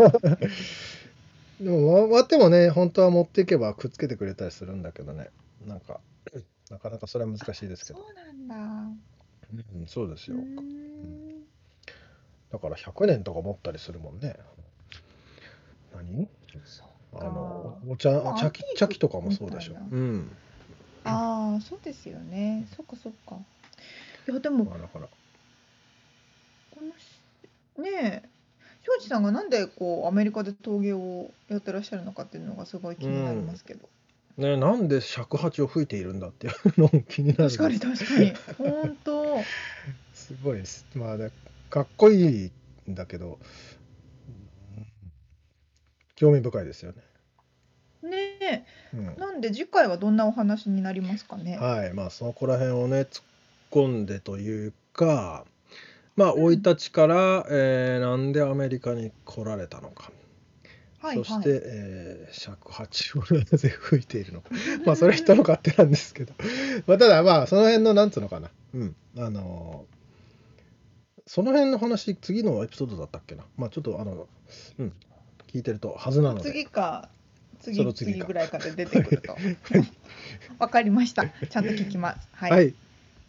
B: でもわ割ってもね、本当は持っていけばくっつけてくれたりするんだけどね、なんか、なかなかそれは難しいですけど。
A: そうなんだ。
B: うん、そうです
A: うー
B: よ。
A: ん。
B: だからひゃくねんとか持ったりするもんね。何
A: そっ
B: あ
A: か。
B: の、お茶、
A: まあアン
B: 茶器、
A: ティーク
B: 茶器とかも
A: み
B: そうでしょ。
A: たいな。
B: うん。
A: ああ、そうですよね。そっかそっか。いやでも
B: まあだから、
A: このしねえ、庄司さんがなんでこうアメリカで陶芸をやってらっしゃるのかっていうのがすごい気になり
B: うん。
A: ますけど。
B: ね、なんで尺八を吹いているんだっていうのも気にな
A: 確かに
B: るんです。
A: 確かに。本当。
B: すごいです。まあね、かっこいいんだけど、うん興味深いですよね。
A: ねえ。
B: うん。
A: なんで次回はどんなお話になりますかね。
B: はい。まあそこら辺をね、突っ込んでというか、まあ
A: うん。
B: 生い立ちから、えーなんでアメリカに来られたのか。そして、
A: はいはい。
B: えー尺八をなぜ吹いているのか。まあ、それは人の勝手なんですけど。まあ、ただ、まあ、その辺の、なんつうのかな。うん。あのーその辺の話、次のエピソードだったっけな。まあ、ちょっと、あの、うん、聞いてるとはずなので、
A: 次か
B: そ
A: 次
B: の次か。
A: 次ぐらいかで出
B: はい。
A: てくると。わかりました。ちゃんと聞きます。はい。
B: はい。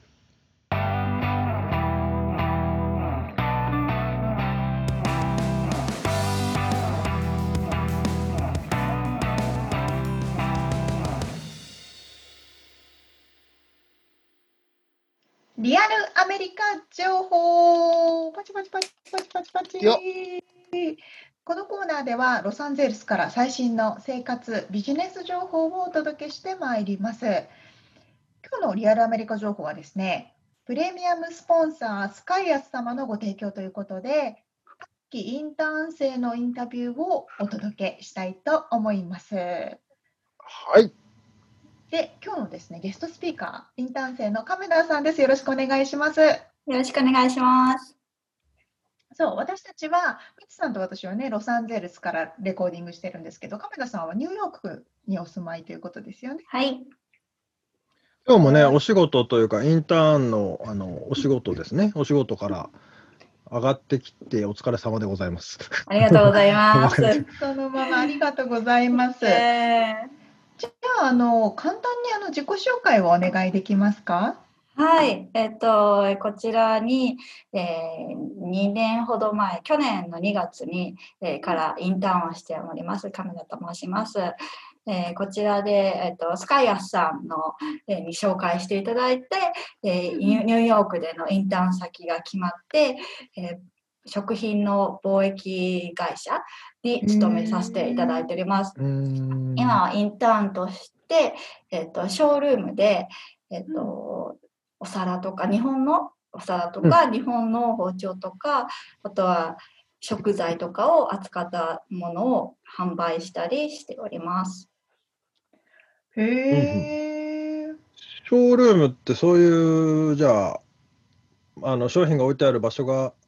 A: リアルアメリカ情報パチパチパチパチパチパチ。
B: よ
A: このコーナーではロサンゼルスから最新の生活ビジネス情報をお届けしてまいります。今日のリアルアメリカ情報はですね、プレミアムスポンサースカイアス様のご提供ということで、夏季インターン生のインタビューをお届けしたいと思います。
B: はい。
A: で、今日のですね、ゲストスピーカー、インターン生の亀田さんです。よろしくお願いします。
D: よろしくお願いします。
A: そう、私たちは、ミツさんと私はね、ロサンゼルスからレコーディングしてるんですけど、亀田さんはニューヨークにお住まいということですよね。
D: はい。
B: 今日もね、
A: はい
B: お仕事というか、インターンの、あの、お仕事ですね。お仕事から上がってきて、お疲れ様でございます。
D: ありがとうございます。
A: そのままありがとうございます。
D: え
A: じゃあ、あの、簡単にあの自己紹介をお願いできますか？
D: ーはい。えっと、こちらに、えー、にねんほど前、去年のにがつに、えーからインターンをしております。亀田と申します。えーこちらで、えっと、スカイアスさんの、えーに紹介していただいて、えーニュニューヨークでのインターン先が決まって、えー食品の貿易会社に勤めさせていただいております。
B: うーん。
D: 今はインターンとして、えっと、ショールームで、えっと、お皿とか、日本のお皿とか、日本の包丁とか、あとは食材とかを扱ったものを販売したりしております。
A: へえ。
B: ショールームってそういう、じゃあ、あの商品が置いてある場所が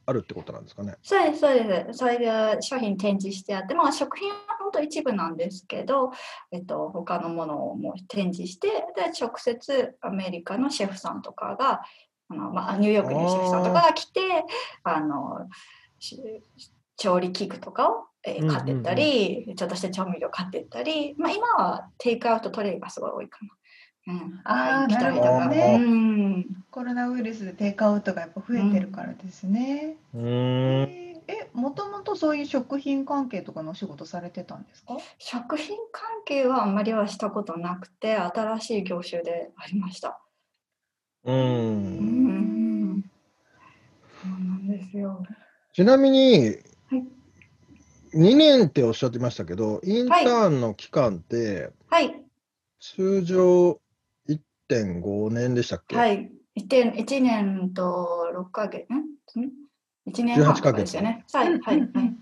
B: あるってことなんですかね。
D: そうです、そうです。そういう商品展示してあって、まあ、食品は本当一部なんですけど、えっと、他のものをもう展示して、で、直接アメリカのシェフさんとかが、あのまあ、ニューヨークにいるシェフさんとか
B: あ
D: が来て、あの、し調理器具とかを、えー
B: うんうんうん
D: 買ってったり、ちょっとした調味料買ってったり、まあ、今はテイクアウトトレイがすごい多いかな。うん、買い
A: ああ、
D: に来
A: なるほ
D: た人が。う
A: どね。
D: ん。
A: コロナウイルスでテイクアウトがやっぱ増えてるからですね。
B: うーん。
A: えーえ、もともとそういう食品関係とかのお仕事されてたんですか？
D: 食品関係はあんまりはしたことなくて、新しい業種でありました。
B: う。
D: うんん。そうなんですよ。
B: ちなみに、
D: はい。
B: にねんっておっしゃってましたけど、インタ
D: はい。
B: ーンの期間って
D: はい。
B: 通常いってんごねんでしたっけ？
D: はい。いちねんとろっかげつ、んん ?いち 年
B: 18
D: 半と
B: ヶ月。
D: かですよね。は
A: うん
D: い。はい。はい。
A: うんうん。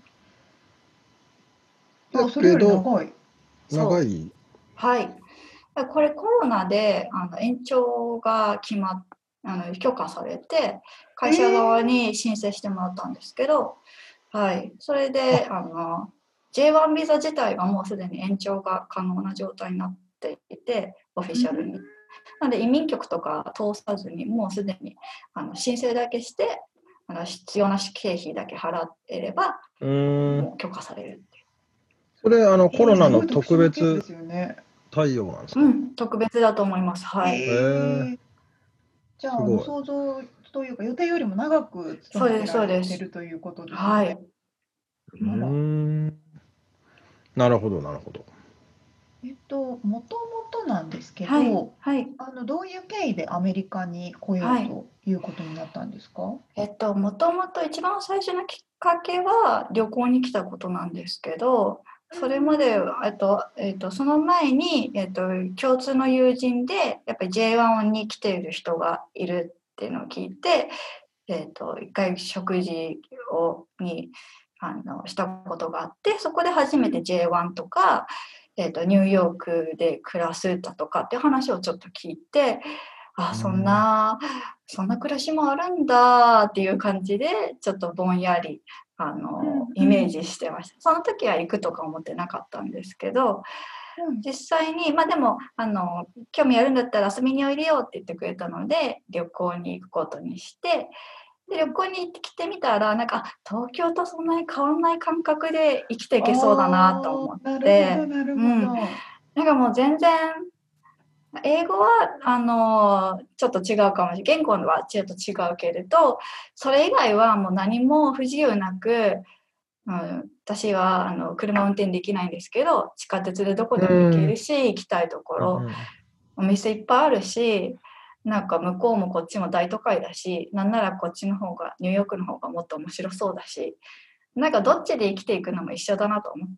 B: だ
A: あ、それより
B: けど、
A: 長い。
B: 長
D: そう。
B: い。
D: はい。これコロナであの延長が決まっあの許可されて、会社側に申請してもらったんですけど、はい。それで、あの、ジェイワン ビザ自体がもうすでに延長が可能な状態になっていて、オフィシャルに。なので移民局とか通さずに、もうすでにあの申請だけして、あの必要な経費だけ払えれば、
B: うーん。
D: もう許可されるっていう。
B: それ、あの、
A: えー、
B: コロナの
A: すごい特
B: 特
A: 殊なケースで
B: 別
A: すよね。
B: 対応なんですか？
D: うん、特別だと思います。はい。
B: へ
A: え
B: え、
A: ー、じゃあ、あの
B: すごい。
A: 想像というか予定よりも長く勤
D: そうです、
A: めてられ
D: そうです。
A: てるということですよね。
D: はい。
B: うー
A: あら。
B: ん。なるほど、なるほど。
A: えっと、もともとなんですけ
D: はい。
A: ど、
D: はい。
A: あのどういう経緯でアメリカに来よ
D: はい。
A: うということになったんですか？
D: えっと、もともと一番最初のきっかけは旅行に来たことなんですけど、それまで、えっと、えっと、その前に、えっと、共通の友人で、やっぱり ジェイワン に来ている人がいるっていうのを聞いて、えっと、一回食事をにあのしたことがあって、そこで初めて ジェイワン とか、えっと、ニューヨークで暮らすだとかっていう話をちょっと聞いて、あ、そんな、そんな暮らしもあるんだっていう感じで、ちょっとぼんやり、あの、イメージしてました。その時は行くとか思ってなかったんですけど、
A: うん、
D: 実際に、まあでも、あの、興味あるんだったら遊びにおいでよって言ってくれたので、旅行に行くことにして、で、旅行に行ってきてみたら、なんか、あ、東京とそんなに変わんない感覚で生きていけそうだなと
A: ああ、
D: 思っ
A: なるほど、
D: て、
A: なる
D: うん。
A: ほど。
D: なんかもう全然、英語は、あの、ちょっと違うかもしれない。言語はちょっと違うけれど、それ以外はもう何も不自由なく、うん、私はあの車運転できないんですけど、地下鉄でどこ
B: う
D: でも行け
B: ん。
D: るし、行きたいとこ
B: うん
D: ろ、お店いっぱいあるし、なんか向こうもこっちも大都会だし、なんならこっちの方が、ニューヨークの方がもっと面白そうだし、なんかどっちで生きていくのも一緒だなと思って、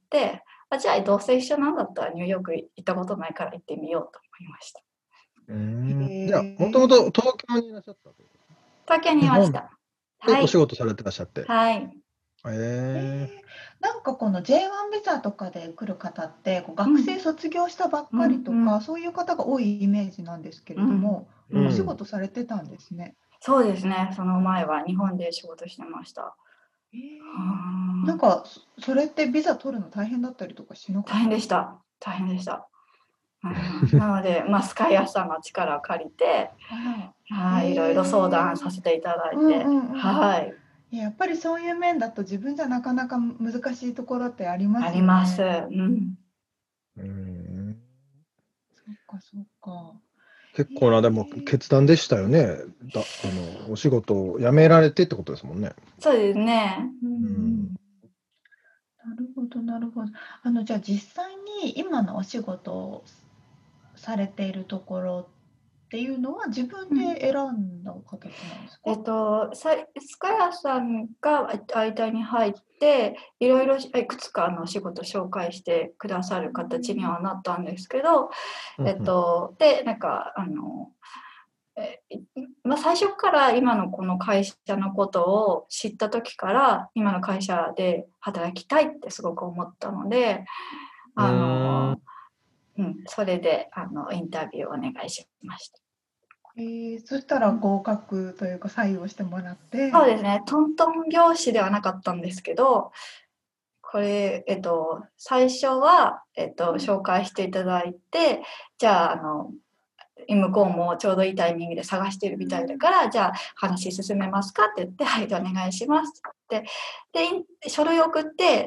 D: あ、じゃあどうせ一緒なんだったらニューヨーク行ったことないから行ってみようと思いました。
B: うーん。
A: へ
B: じゃあ、もともと
A: え。
B: 東京にいらっしゃったってことですか？
D: 東京に
B: 日本
D: いました。
B: で
D: はい。
B: お仕事されてらっしゃって。
D: はい。
B: へえ。
A: えー、なんかこの ジェイワン ビザとかで来る方って、こう学生
D: うん。
A: 卒業したばっ
D: う
A: かりとか、
D: んうん。
A: そういう方が多いイメージなんですけ
D: うん。
A: れども、
D: うん。
A: お仕事されてたんですね。
D: そうですね。その前は日本で仕事してました。
A: えー、なん
D: はあ、
A: かそそれってビザ取るの大変だったりとかしなか
D: 大変
A: ったですか？
D: でした。大変でした。うん、なので、まあ、スカイアさんの力を借りて、
A: あら、
D: はい、いろいろ相談さ
A: ええ、
D: せていただい
A: うんう
D: て、
A: んうん。
D: はい、
A: いや、やっぱりそういう面だと自分じゃなかなか難しいところってありま
D: あ
A: す
D: ります。
A: よね。
D: うん。
B: うーん。
A: そっかそっか。
B: 結
A: え
B: 構な、でも
A: え、
B: 決断でしたよね。だあの、お仕事を辞められてってことですもんね。
D: そうですね。うんう
B: うん。
D: ん。
A: なるほどなるほど。あの、じゃあ実際に今のお仕事をされているところっていうのは自分
D: うん
A: で選んだ形なんですか？
D: えっと、さいスカヤさんが間に入って、いろいろいくつかの仕事紹介してくださる形にはなったんですけど、えっ
B: うんうん。
D: と、で、なんか、あの、えいまあ、最初から今のこの会社のことを知った時から今の会社で働きたいってすごく思ったので、
B: う
D: あ
B: ーん。
D: の、うん、それであのインタビューをお願いしました。
A: えー、そしたら合格というか採用してもらって。
D: そうですね、トントン拍子ではなかったんですけど、これ、えっと、最初は、えっと、紹介していただいて、じゃあ、あの、向こうもちょうどいいタイミングで探してるみたいだから、じゃあ話進めますかって言って、はい、お願いしますってで、書類送って、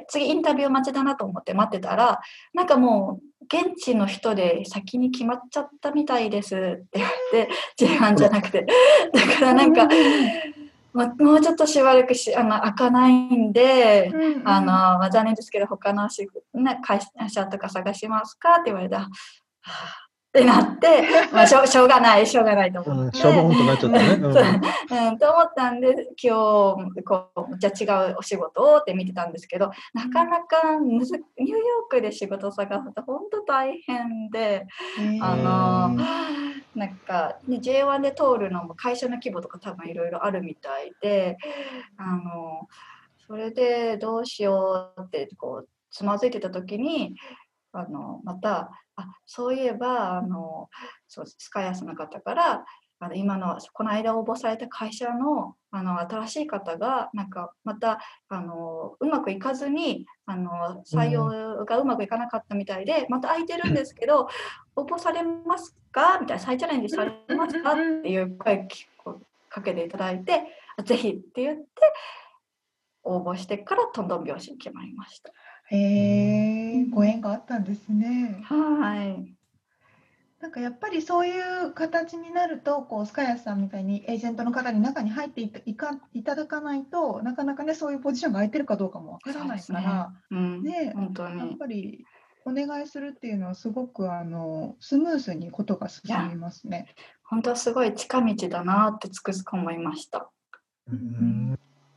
D: 次インタビュー待ちだなと思って待ってたら、なんかもう、現地の人で先に決まっちゃったみたいですって言われて、ジェイワンじゃなくて。だからなんか、もうちょっとしばらくしあの開かないんで、うんうん、あのまあ、残念ですけど、他のし、ね、会社とか探しますかって言われた。はあってなって、まあ、しょ, しょうがないしょうがないと思って、
B: うん、しょぼんとなっちゃったね、うん
D: うん、と思ったんで今日こうじゃあ違うお仕事をって見てたんですけど、なかなかむずニューヨークで仕事を探すと本当大変で、あのなんか、ね、ジェイワン で通るのも会社の規模とか多分いろいろあるみたいで、あのそれでどうしようってこうつまずいてた時に、あのまたあそういえばあのそうスカイアスの方からあの今のこの間応募された会社のあの新しい方がなんかまたあのうまくいかずにあの採用がうまくいかなかったみたいで、また空いてるんですけど応募されますかみたいな、再チャレンジされますかっていう声をかけていただいて、ぜひって言って応募してからトントン拍子に決まりました。
A: へえ、ご縁があったんですね。
D: はい。
A: なんかやっぱりそういう形になると、こうスカイアスさんみたいにエージェントの方に中に入っていたいかいただかないと、なかなかねそういうポジションが空いてるかどうかもわからないから、
D: ね、うん、
A: ね、
D: 本当に
A: やっぱりお願いするっていうのはすごくあのスムーズにことが進みますね。
D: 本当はすごい近道だなってつくづく思いました。
B: うん、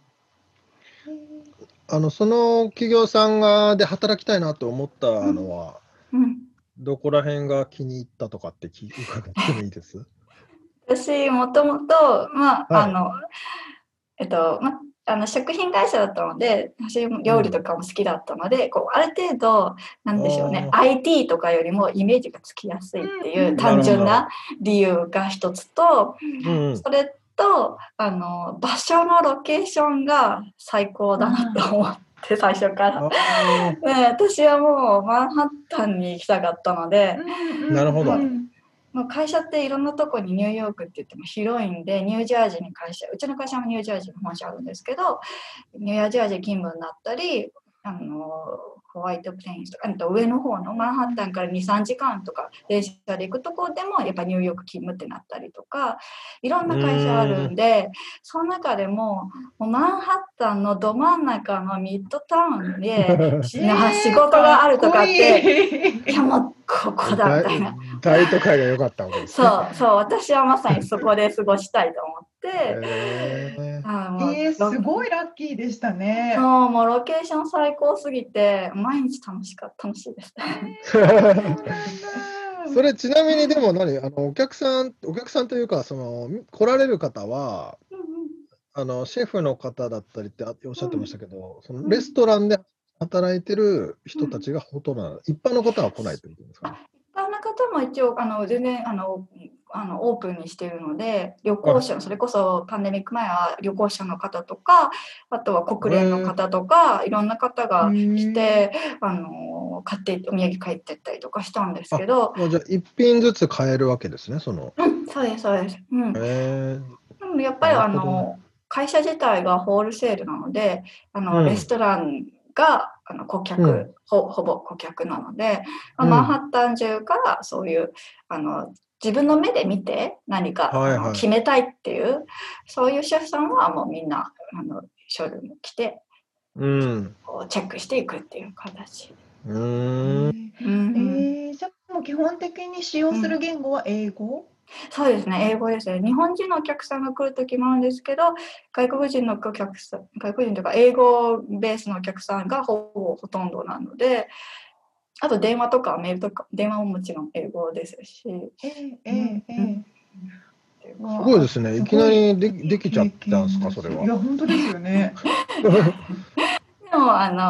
B: あのその企業さんがで働きたいなと思ったのは、うんうん、どこら辺が気に入ったとかって伺ってもいいです？
D: 私もともとまあ、はい、あのえっとまあの食品会社だったので、私料理とかも好きだったので、うん、こうある程度なんでしょうね、アイティー とかよりもイメージがつきやすいっていう単純な理由が一つと、うん、それとあの場所のロケーションが最高だなと思って、最初から、ね、私はもうマンハッタンに行きたかったので、
B: なるほど。
D: もう会社っていろんなとこにニューヨークって言っても広いんで、ニュージャージーに会社、うちの会社もニュージャージーに本社あるんですけど、ニュージャージー勤務になったり、あのホワイトプレインスとか、あと上の方のマンハッタンからに、さんじかんとか電車で行くところでもやっぱニューヨーク勤務ってなったりとか、いろんな会社あるんで、その中でも、もうマンハッタンのど真ん中のミッドタウンで、えー、仕事があるとかって、いやもうここだみたいな。
B: 大都会が良かったわけです
D: ね。そうそう、私はまさにそこで過ごしたいと思って。
A: えー、えー、すごいラッキーでしたね。
D: そう、もうロケーション最高すぎて毎日楽しかった楽しいです。
B: それちなみにでも何あのお客さんお客さんというかその来られる方は、うんうん、あのシェフの方だったりっておっしゃってましたけど、うん、そのレストランで働いてる人たちがほとんどなの、うん、一般の方は来ないってことですか、ね？
D: 一般の方も一応あの全然あのあのオープンにしているので、旅行者、それこそパンデミック前は旅行者の方とか、あとは国連の方とか、いろんな方が来て、あの買ってお土産帰ってったりとかしたんですけど、
B: じゃあ一品ずつ買えるわけですね、その。
D: うん、そうですそうです。うん、でもやっぱりあの会社自体がホールセールなので、あの、うん、レストランがあの顧客、うん、ほ, ほぼ顧客なので、まあ、マンハッタン中からそういうあの自分の目で見て何か、はいはい、決めたいっていうそういうシェフさんはもうみんなあのショールーム来て、うん、こうチェックしていくっていう形。
A: うーん、えー、じゃあもう基本的に使用する言語は英語？うん、
D: そうですね、英語ですね。日本人のお客さんが来るときもあるんですけど、外国人のお客さん、外国人というか英語ベースのお客さんがほぼほとんどなので、あと電話とかメールとか、電話ももちろん英語ですし。
A: えーえーえー
B: すごいですね。いきなり で, できちゃったんですか、それは。
A: いや、本当ですよね。
D: でもあの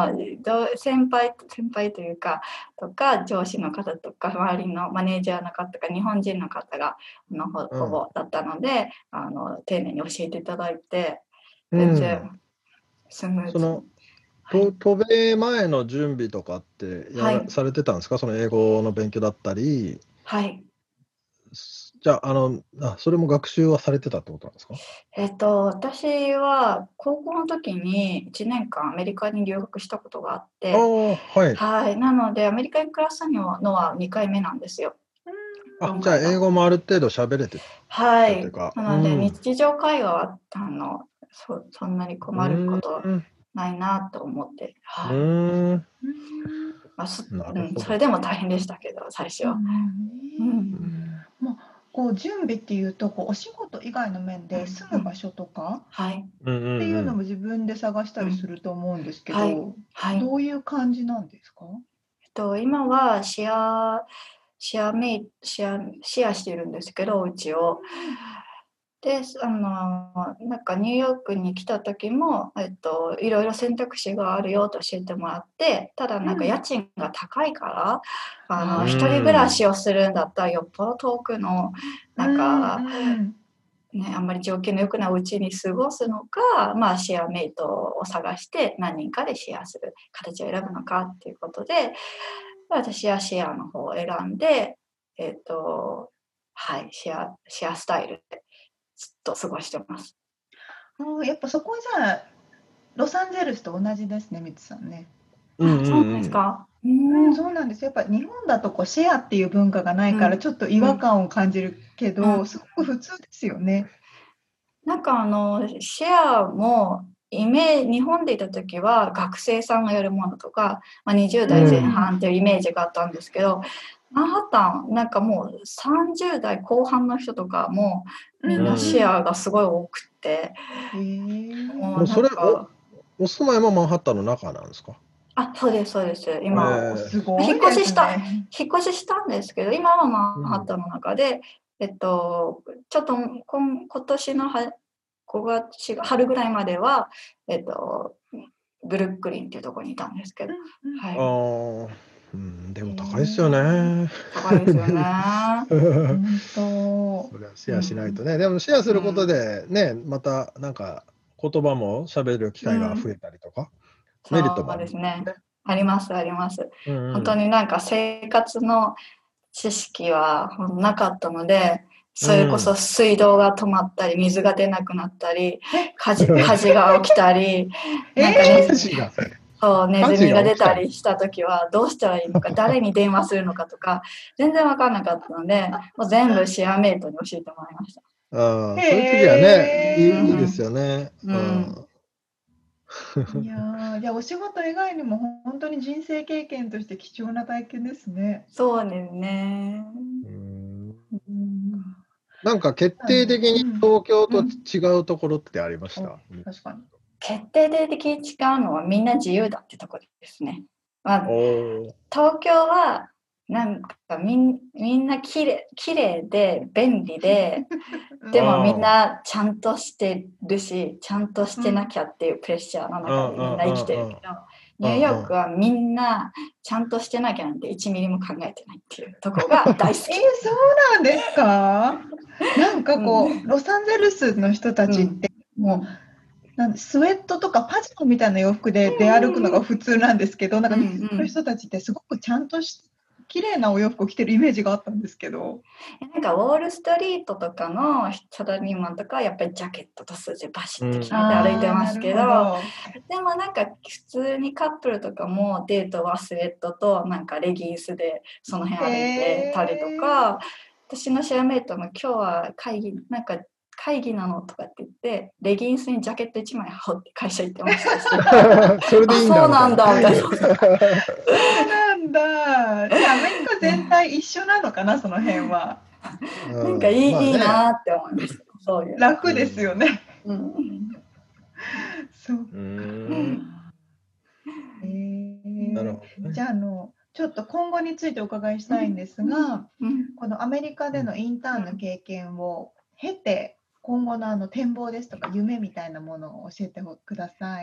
D: ど先輩先輩というかとか上司の方とか周りのマネージャーの方とか日本人の方があのほほぼだったので、あの丁寧に教えていただいて全然スムーズに。
B: その
D: はい
B: と渡米前の準備とかってやら、
D: はい
B: されてたんですか？その英語の勉強だったり。
D: はい
B: じゃあ、あの、あ、それも学習はされてたってことなんですか？
D: えっと、私は高校の時にいちねんかんアメリカに留学したことがあっ
B: あ
D: て、
B: あ、はい。
D: はい、なのでアメリカに暮らしたのはにかいめなんですよ。
B: あ、じゃあ、
D: 今回が
B: 英語もある程度喋れて
D: はい。
B: たというか。
D: なので、
B: うん。
D: 日常会話はあのそそんなに困るこ
B: う
D: と
B: ーん。
D: ないなと思って、
B: う
D: はい。
B: ーん。
A: うん
D: まあ、す
B: なる
D: うん、
B: ほど。
D: それでも大変でしたけど、最初
A: う
D: は。う
A: ん
D: ん。
A: まあ、こう準備っていうとこうお仕事以外の面で住む場所とか
D: はい。
B: うんうん
A: っていう
B: うん。
A: のも自分で探したりすると思うんですけ
D: はい。
A: ど、
D: はい。
A: どういう感じなんですか？
D: えっと、今はシェア、シェアメイシェア、シェアしてるんですけど、お家を。で、あの、なんかニューヨークに来た時も、えっと、いろいろ選択肢があるよと教えてもらって、ただなんか家賃が高いから、あの、
B: うん
D: 一人暮らしをするんだったらよっぽど遠くの、なんか、
A: うん
D: ね、あんまり条件の良くないお家に過ごすのか、まあ、シェアメイトを探して何人かでシェアする形を選ぶのかっていうことで、私はシェアの方を選んで、えっと、はい、シェア、シェアスタイルでずっと過ごしてます。
A: うんやっぱそこじゃあロサンゼルスと同じですね、みつさんね。
B: うん
D: あ、そうなん
B: うんうん。
D: ですか。う
A: うん、
D: ん。
A: そうなんです。やっぱ日本だとこうシェアっていう文化がないから
D: うん
A: ちょっと違和感を感じるけ
D: う
A: ど、
D: ん
A: すごく普通ですよね。
D: なんかあの、シェアも、イメ日本でいた時は学生さんがやるものとか、まあ、にじゅう代前半っていうイメージがあったんですけど、マンハッタンなんかもうさんじゅう代後半の人とかもみんなシェアがすごい多くって、
A: へえ。
D: もうな
B: もうそれ
D: んか、
B: お、お住まいもマンハッタンの中なんですか？
D: あ、そうですそうです。
B: え
D: 今、
B: ー
A: すご
D: 引
A: いです
D: っ越しした、
A: ね。
D: 引っ越ししたんですけど、今はマンハッタンの中で、えっと、ちょっと今今年のはごがつ、春ぐらいまでは、えっと、ブルックリンっていうところにいたんですけど、は
B: あ
D: い、
B: ーうん、でも高いですよね。
D: 高いですよね。
A: 本当。
B: それはシェアしないとね。でもシェアすることでね、またなんか言葉も喋る機会が増えたりとか、メリットも
D: そう
B: ある
D: ですね。あります、あります。
B: うんうん
D: 本当になんか生活の知識はなかったので、それこそ水道が止まったり、水が出なくなったり、火事火事が起きたり、なんかね、
B: 火事が
D: そうネズミが出たり
B: 火
D: した時はどうしたらいいのか、誰に電話するのかとか、全然分からなかったので、もう全部シェアメイトに教えてもらいました。
B: ああ、そういう時はね、いい
D: うん
B: いいですよね。
D: う
B: うんん。
A: いやー、じゃあお仕事以外にも本当に人生経験として貴重な体験ですね。
D: そうですね。
B: うん
D: うん
B: なんか決定的に
A: うん
B: 東京と
D: うん
B: 違うところってありました？
A: 確かに。
D: 決定的に違うのはみんな自由だってところですね。まあ、
B: おー
D: 東京はなんかみんみんなきれいきれいで便利で、でもみんなちゃんとしてるし、ちゃんとしてなきゃっていうプレッシャーの中でみんな生きてるけど、ニューヨークはみんなちゃんとしてなきゃなんていちミリも考えてないっていうところが大好
A: えー、
D: き。
A: そうなんですか？なんかこう、
D: うん
A: ロサンゼルスの人たちって、もうなんでスウェットとかパジャマみたいな洋服で出歩くのが普通なんですけど、なんかニューヨークの人たちってすごくちゃんとし綺麗なお洋服を着てるイメージがあったんですけど。
D: なんかウォールストリートとかのサラリーマンとかはやっぱりジャケットとスーツでバシッて決めて歩いてますけど、
A: あ
D: でもなんか普通にカップルとかもデートはスウェットとなんかレギンスでその辺歩いてたりとか、私のシェアメイトも今日は会議なんか会議なのとかって言ってレギンスにジャケットいちまい羽織って会社行ってましたし
B: それでいいんだ。
D: あ、そうなんだみたいな。
A: そうなんだ。じゃあアメリカ全体一緒なのかな、その辺は。
D: なんかいい、
B: まあね、
D: いいなって思います。そういう。
A: 楽ですよね。
D: うん
A: そう。
B: うーん
A: えー
B: なるほどね。
A: じゃあ、あの、ちょっと今後についてお伺いしたいんですが、
D: うん
A: このアメリカでのインターンの経験を経て、今後のあの展望ですとか夢みたいなものを教えてください。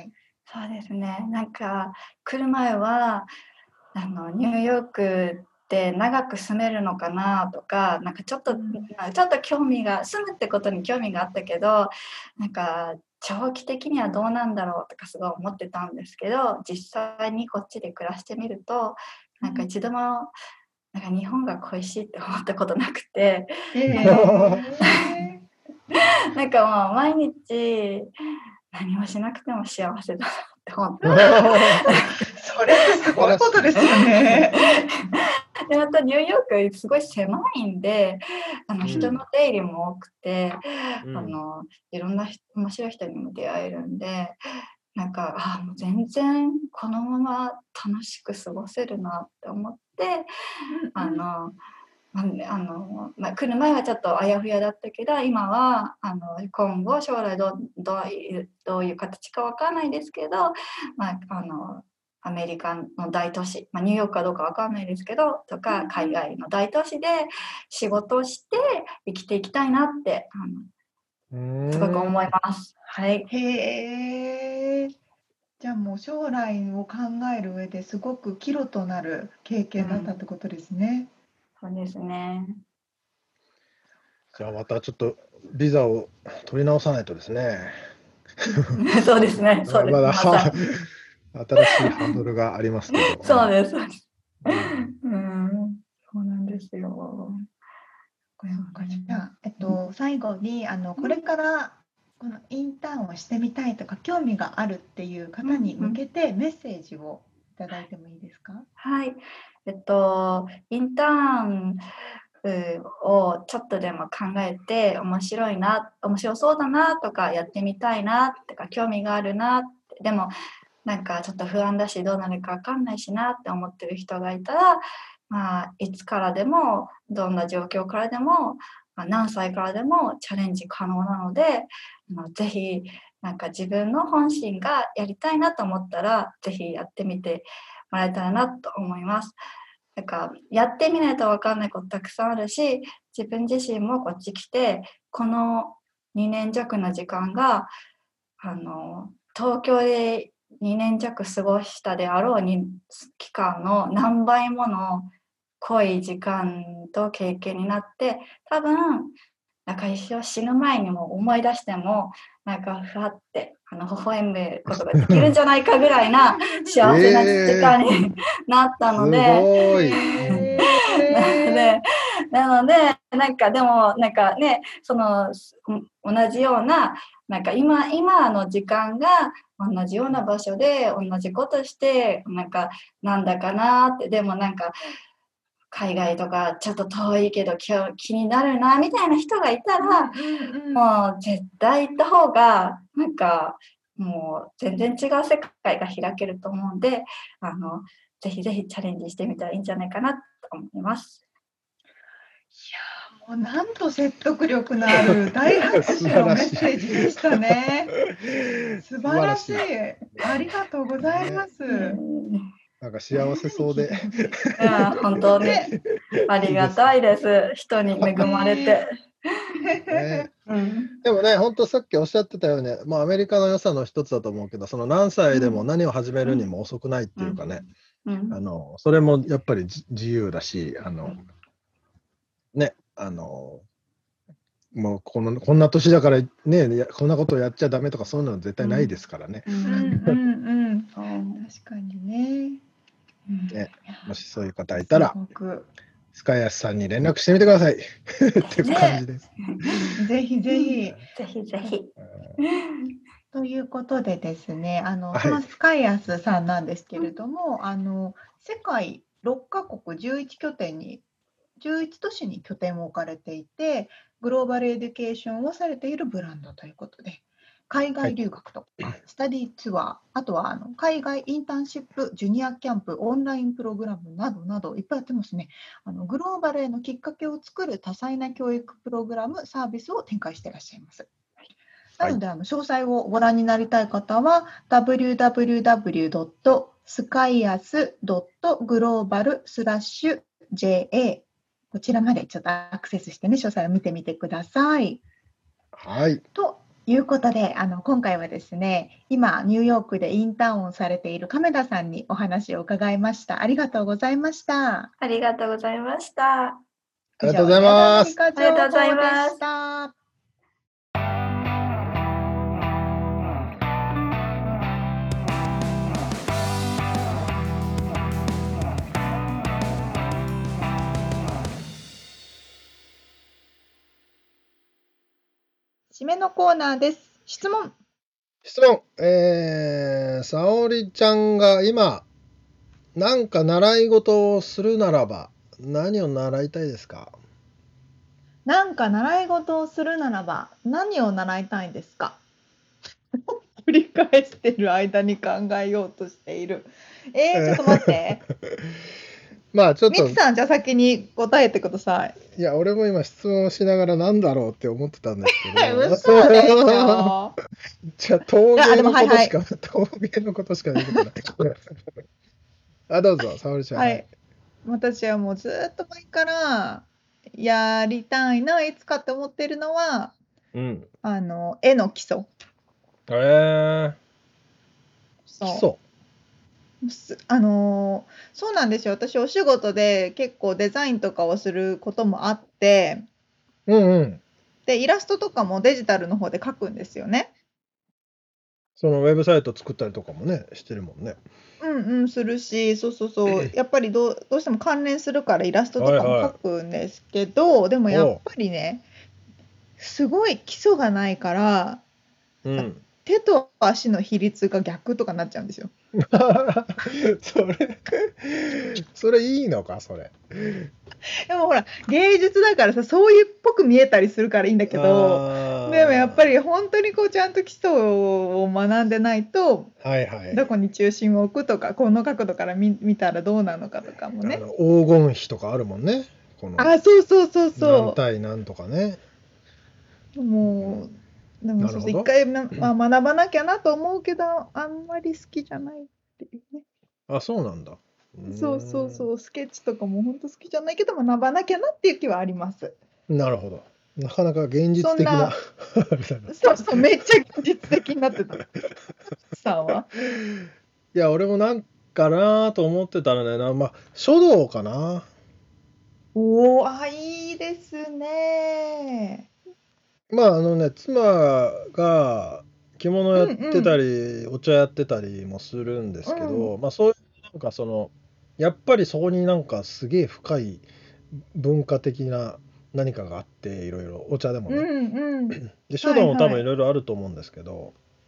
D: そうですね。なんか来る前はあのニューヨークで長く住めるのかなとか、なんかちょっと、
A: うん、
D: ちょっと興味が、住むってことに興味があったけど、なんか長期的にはどうなんだろうとかすごい思ってたんですけど、実際にこっちで暮らしてみると、なんか一度もなんか日本が恋しいって思ったことなくて、
A: え
D: あの
A: ー、
D: なんかもう毎日何もしなくても幸せだなって思って。
A: それってすごいことですよね。
D: でまたニューヨークすごい狭いんで、あの
B: うん
D: 人の出入りも多くて、
B: うん
D: あのいろんな人面白い人にも出会えるんで、なんかあもう全然このまま楽しく過ごせるなって思って、あのまあねあのまあ、来る前はちょっとあやふやだったけど、今はあの今後将来どうどういうどういう形かわかんないですけど、まあ、あのアメリカの大都市、まあ、ニューヨークかどうかわかんないですけどとか、海外の大都市で仕事をして生きていきたいなってあ
B: う
D: のすごく思い
B: ん
D: ます。はい、
A: へえ。じゃあもう将来を考える上ですごく岐路となる経
D: う
A: 験だったっ
D: ん、
A: てことですね。
D: そうですね。
B: じゃあまたちょっとビザを取り直さないとですね。
D: そうですね。そうです。
B: まだは
D: まさに。
B: 新しいハードルがありますけど。
D: そうです。そうです。
B: うん
D: うん、そうなんですよ。
A: そっか、じゃあ、えっと、最後に、あの、これからこのインターンをしてみたいとか、興味があるっていう方に向けてメッセージをいただいてもいいですか？
D: はい。えっと、インターンをちょっとでも考えて、面白いな、面白そうだなとか、やってみたいなとか、興味があるなって、でも、なんかちょっと不安だし、どうなるかわかんないしなって思ってる人がいたら、まあ、いつからでも、どんな状況からでも、まあ、何歳からでもチャレンジ可能なので、まあ、ぜひ、なんか自分の本心がやりたいなと思ったら、ぜひやってみてもらえたらなと思います。なんかやってみないと分かんないことたくさんあるし、自分自身もこっち来て、このにねん弱の時間が、あの、東京でにねん弱過ごしたであろうに期間の何倍もの濃い時間と経験になって、多分なんか一生死ぬ前にも思い出しても、なんかふわってあの微笑むことができるんじゃないかぐらいな幸せな時間になった
B: す
D: ので、
B: ごい。
A: へ
D: なので、なので、なんかでも、なんかね、その同じような、なんか今、今の時間が同じような場所で同じことして、なんかなんだかなって、でもなんか海外とかちょっと遠いけど今日気になるなみたいな人がいたら、
A: うんうん。
D: もう絶対行った方がなんかもう全然違う世界が開けると思うんで、あのぜひぜひチャレンジしてみたらいいんじゃないかなと思います。
A: いや、もうなんと説得力のある大拍手のメッセージでしたね。素晴らしい。ありがとうございます。
B: なんか幸せそうで。
D: いや本当にありがたいです。人に恵まれて。
B: ね、
D: うん、
B: でもね、本当さっきおっしゃってたように、まあ、アメリカの良さの一つだと思うけど、その何歳でも何を始めるにも遅くないっていうかね、
D: うんうん
B: あのそれもやっぱりじ自由だし、あの、ね、あのもうこのこんな年だからね、やこんなことをやっちゃダメとかそういうのは絶対ないですからね。
D: う
A: うんんうんうん。
D: そう
A: 確かにね。
B: ね、もしそういう方いたら
A: す、ごく
B: スカイアスさんに連絡してみてくださいっていう感じです。
A: ぜひぜひ。
D: ぜひぜひ。
A: ということでですね、あの、
B: はい
A: そのスカイアスさんなんですけれども、あの、世界ろっカ国じゅういち拠点に、じゅういち都市に拠点を置かれていて、グローバルエデュケーションをされているブランドということで、海外留学とか、スタディツアー、あとはあの海外インターンシップ、ジュニアキャンプ、オンラインプログラムなどなどいっぱいやってますね。あのグローバルへのきっかけを作る多彩な教育プログラム、サービスを展開していらっしゃいます。なので、あの詳細をご覧になりたい方は ダブリューダブリューダブリュードットスカイアスドットグローバルスラッシュジェーエー こちらまでちょっとアクセスしてね、詳細を見てみてください。
B: はい。
A: ということで、あの今回はですね、今ニューヨークでインターンをされている亀田さんにお話を伺いました。ありがとうございました。
D: ありがとうございました。
B: ありがとうございます。
A: 以上、ニャダメリカ情報でした。締めのコーナーです。質問。
B: 質問。えー、沙織ちゃんが今、なんか習い事をするならば、何を習いたいですか？
A: なんか習い事をするならば、何を習いたいですか？繰り返してる間に考えようとしている。えー、ちょっと待って。
B: まあちょっと、
A: ミツさん、じゃあ先に答えてください。
B: いや、俺も今質問しながらなんだろうって思ってたんですけど。
A: 嘘でしょ。
B: じゃあ陶芸のことしか、
A: あでもはいはい
B: 陶芸のことしか出てこない。あ、どうぞ、沙織ちゃん。
A: はい。私はもうずーっと前からやりたいな、いつかって思ってるのは、
B: うん。
A: あの、絵の基礎。
B: えー、
A: そう
B: 基礎。
A: すあのーそうなんですよ。私お仕事で結構デザインとかをすることもあって、
B: うんうん。
A: で、イラストとかもデジタルの方で描くんですよね。
B: そのウェブサイト作ったりとかもね、してるもんね。
A: うんうんするし、そうそうそう、やっぱりどうどうしても関連するからイラストとかも
B: はいはい
A: 描くんですけど、でもやっぱりね、すごい基礎がないから、
B: うん。
A: 手と足の比率が逆とかなっちゃうんですよ。
B: それ、それいいのか、それ。
A: でもほら、芸術だからさ、そういうっぽく見えたりするからいいんだけど、
B: あー
A: でもやっぱり本当にこうちゃんと基礎を学んでないと、
B: はいはい。
A: どこに中心を置くとか、この角度から見見たらどうなのかとかもね。
B: あの黄金比とかあるもんね。この
A: あ、そうそうそう
B: 何
A: そ
B: 対何とかね。
A: う。もう、でもそうそう
B: なるほど
A: 一回な、まあ、学ばなきゃなと思うけど、あんまり好きじゃないっていうね。
B: あ、そうなんだ。
A: そうそう
B: う
A: そう、スケッチとかも本当好きじゃないけど、学ばなきゃなっていう気はあります。
B: ーん。なるほど。なかなか現実的な。
A: そんな
B: あれだな
A: そうそう、めっちゃ現実的になってた。さんは。
B: いや、俺もなんかなと思ってたらね、なまあ、書道かな。
A: おお、あ、いいですね。
B: まあ、あのね、妻が着物やってたり、お茶やってたりもするんですけど、まあ、そういう、なんかその、やっぱりそこになんかすげえ深い文化的な何かがあって、いろいろ、お茶でも
A: うん
B: ね。
A: うん。
B: で、書道も多
A: はいはい
B: 分いろいろあると思うんですけど、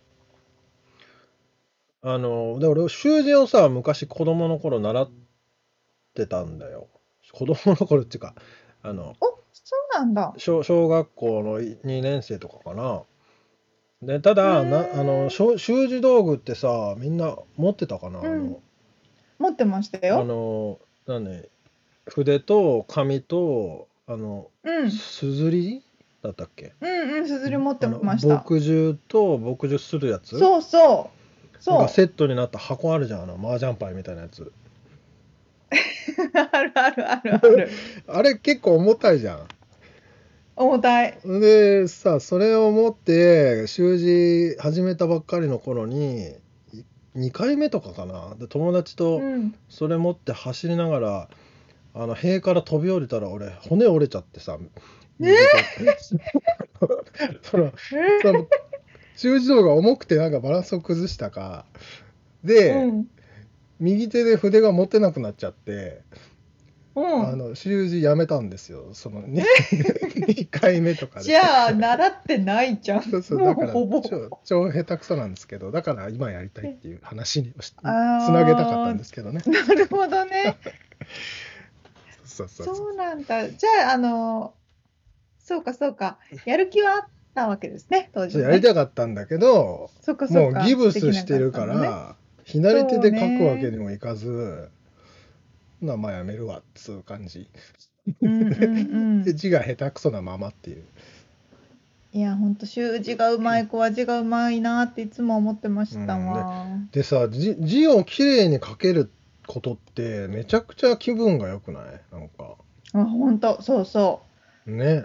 B: あの、で、俺、習字をさ、昔子供の頃習ってたんだよ。子供の頃っていうか、あの、
A: お、そうなんだ。
B: 小、小学校のにねん生とかかな。で、ただ、な、
A: へー
B: あの、しょ習字道具ってさ、みんな持ってたかな、あ
A: うん
B: の、
A: 持ってました
B: あ
A: よ。
B: の、なんね、筆と紙と、あの、
A: うん。
B: すずりだったっけ？
A: うんうん、すずり持って
B: あの、
A: ました。
B: 墨汁と墨汁するやつ
A: そうそう。そう。
B: がセットになった箱あるじゃん、あの、麻雀牌みたいなやつ。
A: あるあるあるある。
B: あれ結構重たいじゃん。
A: 重たい。
B: でさ、それを持って習字始めたばっかりの頃にいにかいめとかかな、で友達と
A: うん。
B: それ持って走りながら、あの塀から飛び降りたら俺骨折れちゃってさ、右手そのその習字道具が重くてなんかバランスを崩したかで、
A: うん。
B: 右手で筆が持てなくなっちゃって、
A: うん
B: あの習字やめたんですよ、その に, にかいめとかで。
A: じゃあ、習ってないじゃん。
B: そうそう、
A: も
B: だから
A: うほぼ。
B: 超、超下手くそなんですけど、だから今やりたいっていう話にしつ
A: あー
B: なげたかったんですけどね。
A: なるほどね。
B: そうそうそう。
A: そうなんだ。じゃあ、あの、そうかそうか。やる気はあったわけですね、当時
B: そう
A: ね。
B: やりたかったんだけど、
A: そうかそうか。
B: もうギブスしてるか
A: できなったのね。
B: ら、左手で書くわけにもいかず、なまあやめるわっつう感じ。
A: うんうんうん
B: で、字が下手くそなままっていう。
A: いや、ほんと習字がうまい子は字がうまいなっていつも思ってましたわ。
B: でさ、字、字をきれいに書けることってめちゃくちゃ気分が良くない？なんか。
A: あ、ほんと、そうそ
B: ね。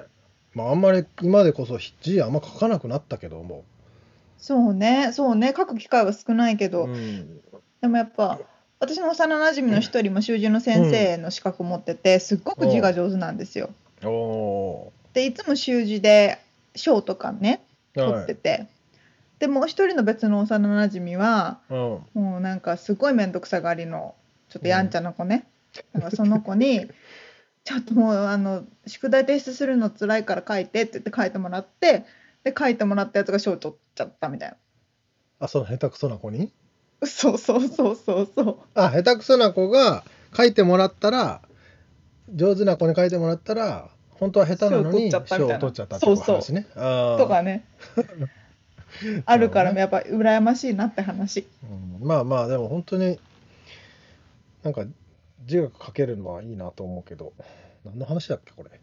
B: まああんまり今でこそ字あんま書かなくなったけども、
A: そうね、そうね、書く機会は少ないけど、
B: うん、
A: でもやっぱ私の幼なじみの一人も習字の先生の資格持ってて、すっごく字が上手なんですよ。
B: お
A: でいつも習字で賞とかね
B: ー
A: 取ってて、でもう一人の別の幼なじみは
B: はい、うん、
A: もうなんかすごい面倒くさがりのちょっとやんちゃな子ね、だからその子にちょっともうあの宿題提出するの辛いから書いてって言って書いてもらって、で書いてもらったやつが賞取っちゃったみたいな。
B: あ、その下手くそな子に、
A: そうそうそうそうそう。
B: あ、下手くそな子が書いてもらったら、上手な子に書いてもらったら本当は下手なのに
A: 賞取っちゃったみたいな
B: 賞を取っちゃったっていう
A: そうそう
B: 話ね。あー
A: とかねあるから
B: なる
A: やっぱ羨ましいなって話。
B: うん、まあまあでも本当になんか字が書けるのはいいなと思うけど、何の話だっけこれ。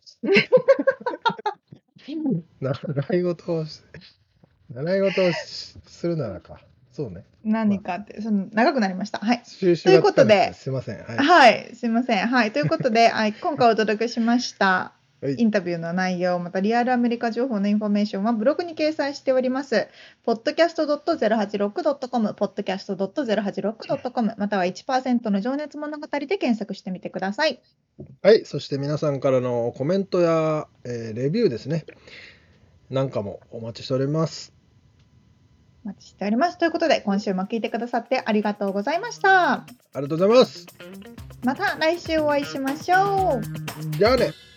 B: 習い事をし習い事をしするならか、そうね。
A: 何かってその長くなりました。はい。
B: 収集
A: ということで
B: がつかなくてすいません。はい。
A: はい、すいません。はい、ということで、はい、今回お届けしました
B: はい
A: インタビューの内容、またリアルアメリカ情報のインフォメーションはブログに掲載しております。ポッドキャスト ドットゼロはちろく ドットコム、ポッドキャスト ドットゼロはちろく ドットコム、または いちパーセント の情熱物語で検索してみてください。
B: はい、そして皆さんからのコメントや、えーレビューですね。なんかもお待ちしております。
A: お待ちしております。ということで、今週も聞いてくださってありがとうございました。
B: ありがとうございます。
A: また来週お会いしましょう。
B: じゃあね。